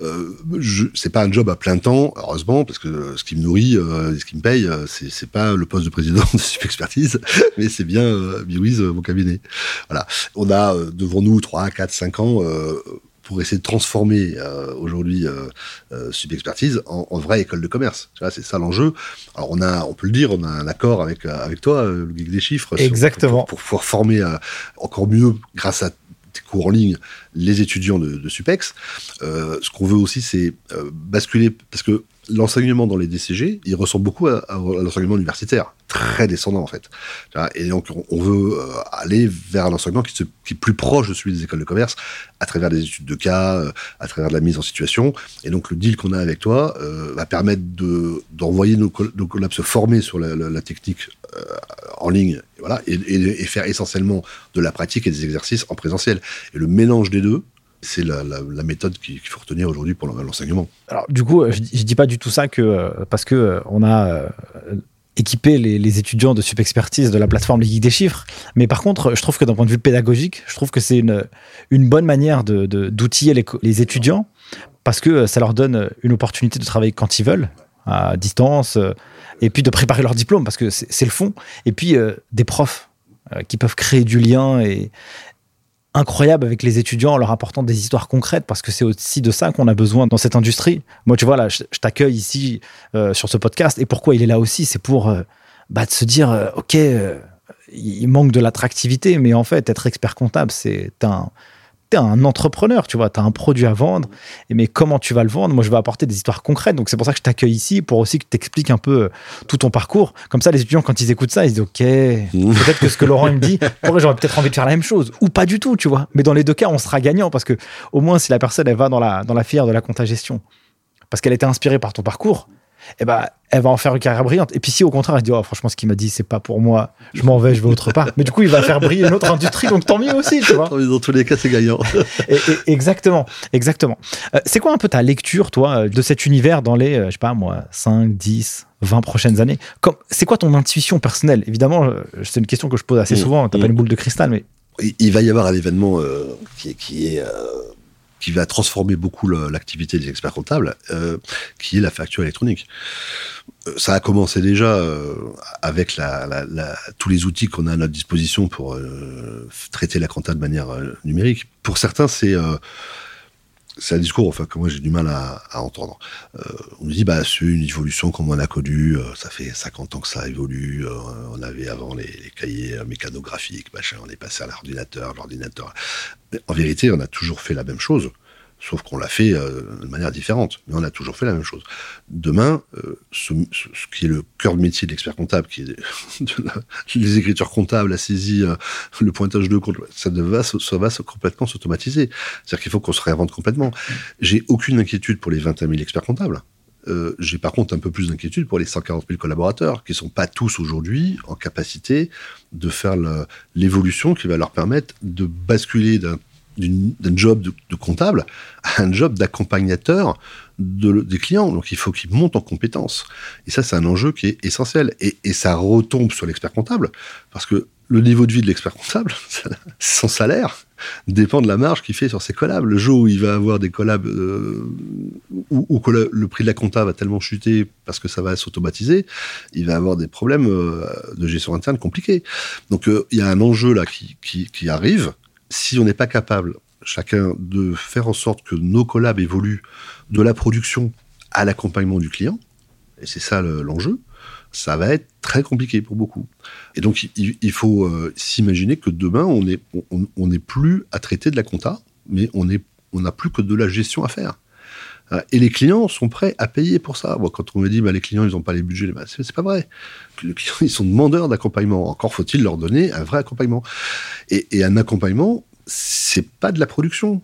c'est pas un job à plein temps, heureusement, parce que ce qui me nourrit, ce qui me paye, c'est pas le poste de président de Supexpertise, mais c'est bien Biwiz, mon cabinet. Voilà, on a devant nous 3, 4, 5 ans. Pour essayer de transformer aujourd'hui Supexpertise en vraie école de commerce. Tu vois, c'est ça l'enjeu. Alors on peut le dire, on a un accord avec toi, le Geek des chiffres. Exactement. Pour pouvoir former encore mieux, grâce à tes cours en ligne, les étudiants de Supex. Ce qu'on veut aussi, c'est basculer, parce que l'enseignement dans les DCG, il ressemble beaucoup à l'enseignement universitaire, très descendant en fait. Et donc on veut aller vers un enseignement qui est plus proche de celui des écoles de commerce, à travers des études de cas, à travers de la mise en situation. Et donc le deal qu'on a avec toi va permettre d'envoyer nos collabs se former sur la technique en ligne, voilà, et faire essentiellement de la pratique et des exercices en présentiel. Et le mélange des deux, c'est la méthode qu'il faut retenir aujourd'hui pour l'enseignement. Alors, du coup, je dis pas du tout ça parce que on a équipé les étudiants de Supexpertise de la plateforme Les Geeks des chiffres. Mais par contre, je trouve que d'un point de vue pédagogique, je trouve que c'est une bonne manière d'outiller les étudiants parce que ça leur donne une opportunité de travailler quand ils veulent. à distance, et puis de préparer leur diplôme, parce que c'est le fond. Et puis des profs qui peuvent créer du lien et incroyable avec les étudiants en leur apportant des histoires concrètes, parce que c'est aussi de ça qu'on a besoin dans cette industrie. Moi, tu vois, là, je t'accueille ici sur ce podcast, et pourquoi il est là aussi, c'est pour de se dire, OK, il manque de l'attractivité, mais en fait, être expert comptable, t'es un entrepreneur, tu vois, t'as un produit à vendre, mais comment tu vas le vendre? Moi, je vais apporter des histoires concrètes, donc c'est pour ça que je t'accueille ici, pour aussi que tu expliques un peu tout ton parcours. Comme ça, les étudiants, quand ils écoutent ça, ils se disent, OK, peut-être que ce que Laurent il me dit, j'aurais peut-être envie de faire la même chose, ou pas du tout, tu vois. Mais dans les deux cas, on sera gagnant, parce que au moins, si la personne, elle va dans la filière de la compta-gestion, parce qu'elle était inspirée par ton parcours, elle va en faire une carrière brillante. Et puis si au contraire elle dit franchement ce qu'il m'a dit c'est pas pour moi, je m'en vais, je vais autre part, mais du coup il va faire briller une autre industrie, donc tant mieux aussi, tu vois. Dans tous les cas c'est gagnant. Exactement. C'est quoi un peu ta lecture, toi, de cet univers dans les, je sais pas moi, 5, 10, 20 prochaines années? C'est quoi ton intuition personnelle? Évidemment, c'est une question que je pose assez souvent, t'as pas une boule de cristal, mais... Il va y avoir un événement qui va transformer beaucoup l'activité des experts comptables, qui est la facture électronique. Ça a commencé déjà avec tous les outils qu'on a à notre disposition pour traiter la compta de manière numérique. Pour certains, c'est un discours que moi j'ai du mal à entendre. On nous dit c'est une évolution comme on a connu, ça fait 50 ans que ça évolue, on avait avant les cahiers mécanographiques, machin, on est passé à l'ordinateur. Mais en vérité, on a toujours fait la même chose, sauf qu'on l'a fait de manière différente, mais on a toujours fait la même chose. Demain, ce qui est le cœur de métier de l'expert comptable, qui est les écritures comptables, la saisie, le pointage de compte, ça va complètement s'automatiser. C'est-à-dire qu'il faut qu'on se réinvente complètement. J'ai aucune inquiétude pour les 21 000 experts comptables. J'ai par contre un peu plus d'inquiétude pour les 140 000 collaborateurs qui ne sont pas tous aujourd'hui en capacité de faire l'évolution qui va leur permettre de basculer d'un job de comptable à un job d'accompagnateur des clients. Donc il faut qu'ils montent en compétences. Et ça, c'est un enjeu qui est essentiel. Et ça retombe sur l'expert comptable, parce que le niveau de vie de l'expert comptable, son salaire, dépend de la marge qu'il fait sur ses collabs. Le jour où il va avoir des collabs où le prix de la compta va tellement chuter parce que ça va s'automatiser, il va avoir des problèmes de gestion interne compliqués. Donc il y a un enjeu là qui arrive. Si on n'est pas capable, chacun, de faire en sorte que nos collabs évoluent de la production à l'accompagnement du client, et c'est ça l'enjeu, ça va être très compliqué pour beaucoup. Et donc, il faut s'imaginer que demain, on n'est plus à traiter de la compta, mais on n'a plus que de la gestion à faire. Et les clients sont prêts à payer pour ça. Bon, quand on me dit les clients ils n'ont pas les budgets, c'est pas vrai. Les clients ils sont demandeurs d'accompagnement. Encore faut-il leur donner un vrai accompagnement. Et un accompagnement, c'est pas de la production.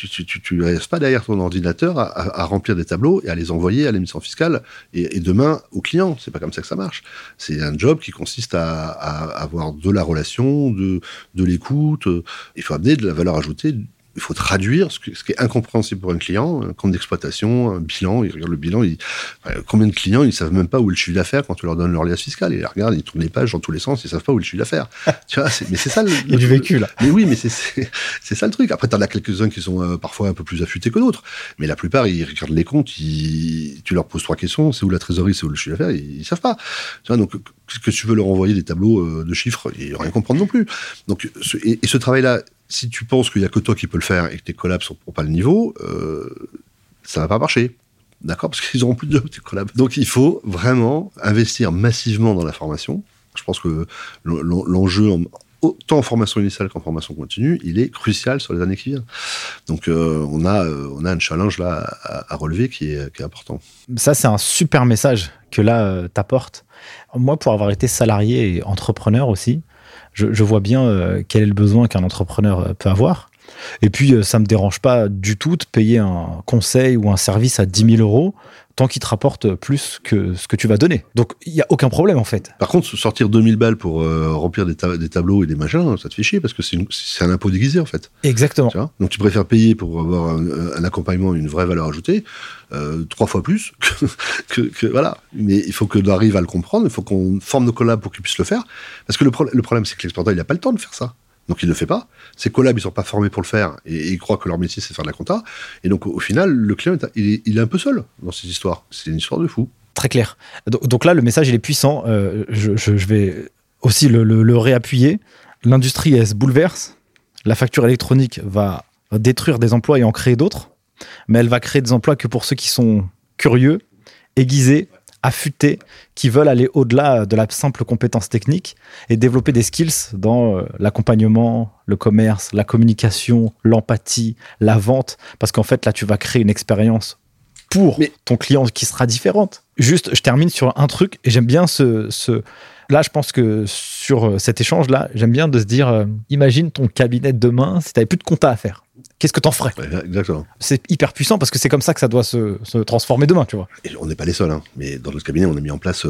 Tu restes pas derrière ton ordinateur à remplir des tableaux et à les envoyer à l'administration fiscale et demain aux clients. C'est pas comme ça que ça marche. C'est un job qui consiste à avoir de la relation, de l'écoute. Il faut amener de la valeur ajoutée. Il faut traduire ce qui est incompréhensible pour un client, un compte d'exploitation, un bilan. Ils regardent le bilan. Combien de clients, ils savent même pas où est le chiffre d'affaires quand tu leur donnes leur liasse fiscale. Ils regardent, ils tournent les pages dans tous les sens, ils savent pas où est le chiffre d'affaires. Tu vois, mais c'est ça. Il y a du vécu, là. Mais oui, mais c'est ça le truc. Après, t'en as quelques-uns qui sont parfois un peu plus affûtés que d'autres. Mais la plupart, ils regardent les comptes, tu leur poses 3 questions. C'est où la trésorerie, c'est où le chiffre d'affaires, ils savent pas. Tu vois, donc, que tu veux leur envoyer des tableaux de chiffres, ils vont rien comprendre non plus. Donc, et ce travail-là, si tu penses qu'il n'y a que toi qui peux le faire et que tes collabs n'ont pas le niveau, ça ne va pas marcher. D'accord? Parce qu'ils n'auront plus de job, tes collabs. Donc, il faut vraiment investir massivement dans la formation. Je pense que l'enjeu, autant en formation initiale qu'en formation continue, il est crucial sur les années qui viennent. Donc, on a un challenge là à relever qui est important. Ça, c'est un super message que là, t'apportes. Moi, pour avoir été salarié et entrepreneur aussi, je vois bien quel est le besoin qu'un entrepreneur peut avoir. Et puis, ça ne me dérange pas du tout de payer un conseil ou un service à 10 000 euros tant qu'il te rapporte plus que ce que tu vas donner. Donc, il n'y a aucun problème, en fait. Par contre, sortir 2000 balles pour remplir des tableaux et des machins, ça te fait chier parce que c'est un impôt déguisé, en fait. Exactement. Tu vois, donc, tu préfères payer pour avoir un accompagnement, une vraie valeur ajoutée, 3 fois plus que voilà. Mais il faut qu'on arrive à le comprendre, il faut qu'on forme nos collabs pour qu'ils puissent le faire. Parce que le problème, c'est que l'exploitant, il n'a pas le temps de faire ça. Donc, il ne le fait pas. Ses collabs, ils ne sont pas formés pour le faire et ils croient que leur métier, c'est de faire de la compta. Et donc, au final, le client, il est un peu seul dans cette histoire. C'est une histoire de fou. Très clair. Donc là, le message, il est puissant. Je vais aussi le réappuyer. L'industrie, elle se bouleverse. La facture électronique va détruire des emplois et en créer d'autres. Mais elle va créer des emplois que pour ceux qui sont curieux, aiguisés, affûtés, qui veulent aller au-delà de la simple compétence technique et développer des skills dans l'accompagnement, le commerce, la communication, l'empathie, la vente. Parce qu'en fait, là, tu vas créer une expérience pour ton client qui sera différente. Juste, je termine sur un truc et j'aime bien Là, je pense que sur cet échange-là, j'aime bien de se dire, imagine ton cabinet de demain si tu n'avais plus de compta à faire. Qu'est-ce que tu en ferais ? Exactement. C'est hyper puissant parce que c'est comme ça que ça doit se transformer demain, tu vois. Et on n'est pas les seuls, hein. Mais dans notre cabinet, on a mis en place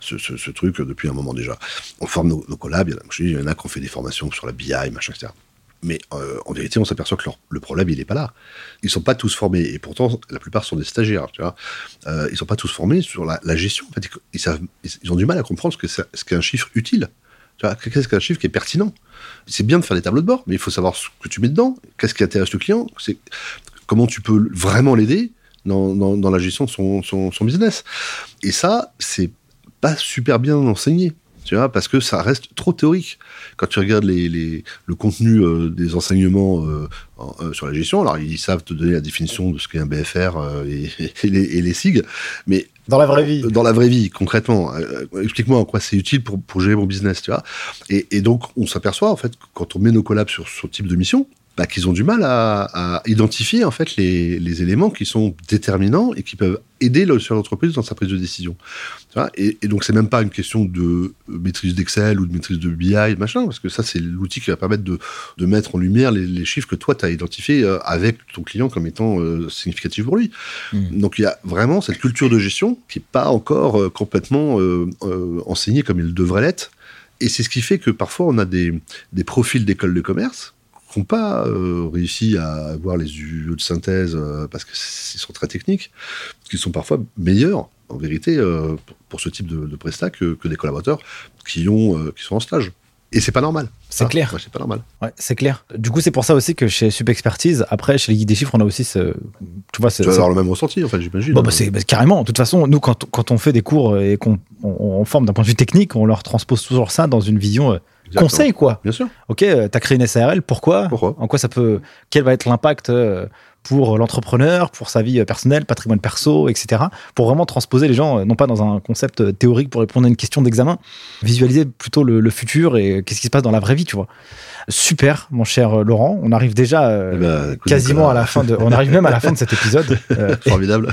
ce truc depuis un moment déjà. On forme nos collabs, il y en a qui ont fait des formations sur la BI, machin, etc. Mais en vérité, on s'aperçoit que le problème, il n'est pas là. Ils ne sont pas tous formés. Et pourtant, la plupart sont des stagiaires. Tu vois. Ils ne sont pas tous formés sur la gestion. En fait, ils ont du mal à comprendre ce qu'est un chiffre utile. Tu vois, qu'est-ce qu'un chiffre qui est pertinent ? C'est bien de faire des tableaux de bord, mais il faut savoir ce que tu mets dedans. Qu'est-ce qui intéresse le client ? Comment tu peux vraiment l'aider dans la gestion de son business. Et ça, c'est pas super bien enseigné. Tu vois, parce que ça reste trop théorique. Quand tu regardes le contenu des enseignements sur la gestion, alors ils savent te donner la définition de ce qu'est un BFR et les SIG, mais dans la vraie vie. Dans la vraie vie, concrètement, explique-moi en quoi c'est utile pour gérer mon business, tu vois. Et donc, on s'aperçoit, en fait, quand on met nos collabs sur ce type de mission, qu'ils ont du mal à identifier en fait les éléments qui sont déterminants et qui peuvent aider le chef d'entreprise dans sa prise de décision. Tu vois, et donc c'est même pas une question de maîtrise d'Excel ou de maîtrise de BI, machin, parce que ça c'est l'outil qui va permettre de mettre en lumière les chiffres que toi tu as identifiés avec ton client comme étant significatifs pour lui. Donc il y a vraiment cette culture de gestion qui est pas encore complètement enseignée comme il devrait l'être. Et c'est ce qui fait que parfois on a des profils d'école de commerce qui n'ont pas réussi à avoir les yeux de synthèse parce qu'ils sont très techniques, qui sont parfois meilleurs, en vérité, pour ce type de prestat que des collaborateurs qui sont en stage. Et c'est pas normal. C'est clair. Ouais, c'est pas normal. Ouais, c'est clair. Du coup, c'est pour ça aussi que chez Subexpertise, après, chez les guides des chiffres, on a aussi tu vois, tu vas avoir le même ressenti, en fait, j'imagine. Bon, carrément. De toute façon, nous, quand on fait des cours et qu'on forme d'un point de vue technique, on leur transpose toujours ça dans une vision conseil, quoi. Bien sûr. Ok, t'as créé une SARL, pourquoi ? En quoi quel va être l'impact pour l'entrepreneur, pour sa vie personnelle, patrimoine perso, etc. Pour vraiment transposer les gens, non pas dans un concept théorique pour répondre à une question d'examen, visualiser plutôt le futur et qu'est-ce qui se passe dans la vraie vie, tu vois. Super, mon cher Laurent. On arrive déjà quasiment à la fin on arrive même à la fin de cet épisode. Formidable.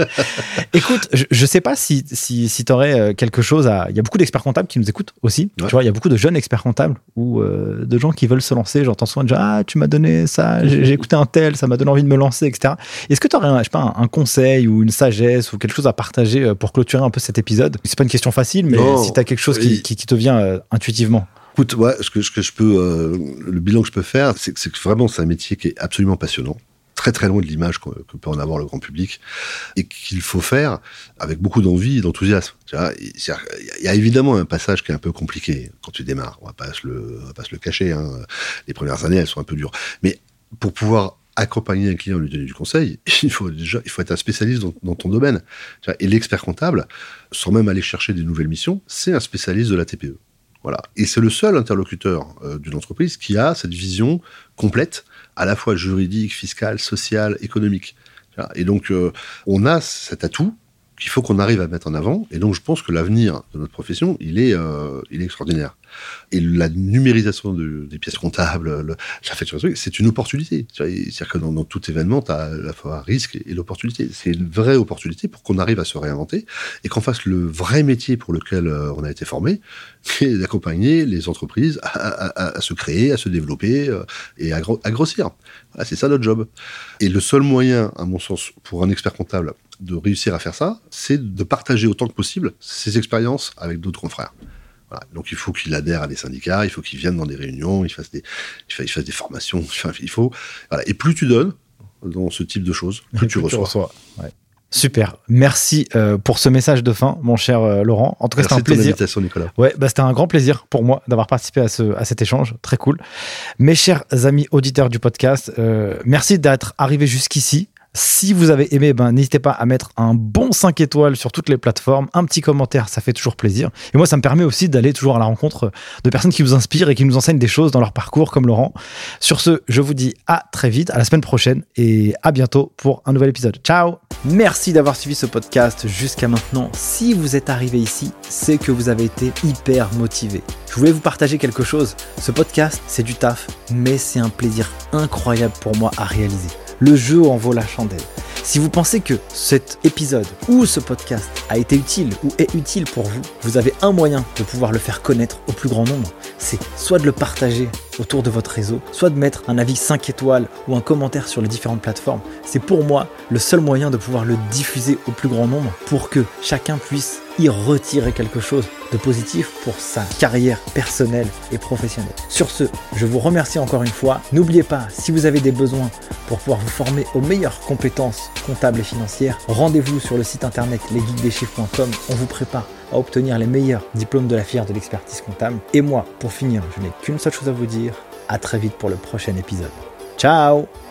Écoute, je sais pas si t'aurais quelque chose il y a beaucoup d'experts comptables qui nous écoutent aussi. Ouais. Tu vois, il y a beaucoup de jeunes experts comptables ou de gens qui veulent se lancer. J'entends souvent déjà, tu m'as donné ça, j'ai écouté un tel, ça m'a donné envie de me lancer, etc. Est-ce que tu aurais un conseil ou une sagesse ou quelque chose à partager pour clôturer un peu cet épisode ? C'est pas une question facile, mais si tu as quelque chose qui te vient intuitivement. Écoute, ouais, ce que je peux, le bilan que je peux faire, c'est que vraiment c'est un métier qui est absolument passionnant, très très loin de l'image que peut en avoir le grand public, et qu'il faut faire avec beaucoup d'envie et d'enthousiasme. Il y a évidemment un passage qui est un peu compliqué quand tu démarres. On va pas se le cacher. Hein. Les premières années, elles sont un peu dures, mais pour pouvoir accompagner un client, lui donner du conseil, il faut être un spécialiste dans ton domaine. Et l'expert comptable, sans même aller chercher des nouvelles missions, c'est un spécialiste de la TPE. Voilà. Et c'est le seul interlocuteur d'une entreprise qui a cette vision complète, à la fois juridique, fiscale, sociale, économique. Et donc, on a cet atout qu'il faut qu'on arrive à mettre en avant. Et donc, je pense que l'avenir de notre profession, il est extraordinaire. Et la numérisation des pièces comptables, la facture, c'est une opportunité. C'est-à-dire que dans tout événement, tu as à la fois un risque et l'opportunité. C'est une vraie opportunité pour qu'on arrive à se réinventer et qu'on fasse le vrai métier pour lequel on a été formé, qui est d'accompagner les entreprises à se créer, à se développer et à grossir. Voilà, c'est ça notre job. Et le seul moyen, à mon sens, pour un expert comptable de réussir à faire ça, c'est de partager autant que possible ses expériences avec d'autres confrères. Voilà. Donc il faut qu'il adhère à des syndicats, il faut qu'il vienne dans des réunions, il fasse des formations. Enfin, il faut. Voilà. Et plus tu donnes dans ce type de choses, plus tu reçois. Ouais. Super. Merci pour ce message de fin, mon cher Laurent. En tout cas, c'était un plaisir. Merci de ton invitation, Nicolas. Ouais, c'était un grand plaisir pour moi d'avoir participé à cet échange. Très cool. Mes chers amis auditeurs du podcast, merci d'être arrivés jusqu'ici. Si vous avez aimé, n'hésitez pas à mettre un bon 5 étoiles sur toutes les plateformes, un petit commentaire, ça fait toujours plaisir. Et moi, ça me permet aussi d'aller toujours à la rencontre de personnes qui nous inspirent et qui nous enseignent des choses dans leur parcours, comme Laurent. Sur ce, je vous dis à très vite, à la semaine prochaine et à bientôt pour un nouvel épisode. Ciao! Merci d'avoir suivi ce podcast jusqu'à maintenant. Si vous êtes arrivé ici, c'est que vous avez été hyper motivé. Je voulais vous partager quelque chose. Ce podcast, c'est du taf, mais c'est un plaisir incroyable pour moi à réaliser. Le jeu en vaut la chandelle. Si vous pensez que cet épisode ou ce podcast a été utile ou est utile pour vous, vous avez un moyen de pouvoir le faire connaître au plus grand nombre. C'est soit de le partager autour de votre réseau, soit de mettre un avis 5 étoiles ou un commentaire sur les différentes plateformes. C'est pour moi le seul moyen de pouvoir le diffuser au plus grand nombre pour que chacun puisse y retirer quelque chose de positif pour sa carrière personnelle et professionnelle. Sur ce, je vous remercie encore une fois. N'oubliez pas, si vous avez des besoins pour pouvoir vous former aux meilleures compétences comptables et financières, rendez-vous sur le site internet lesgeeksdeschiffres.com. On vous prépare à obtenir les meilleurs diplômes de la filière de l'expertise comptable. Et moi, pour finir, je n'ai qu'une seule chose à vous dire. À très vite pour le prochain épisode. Ciao!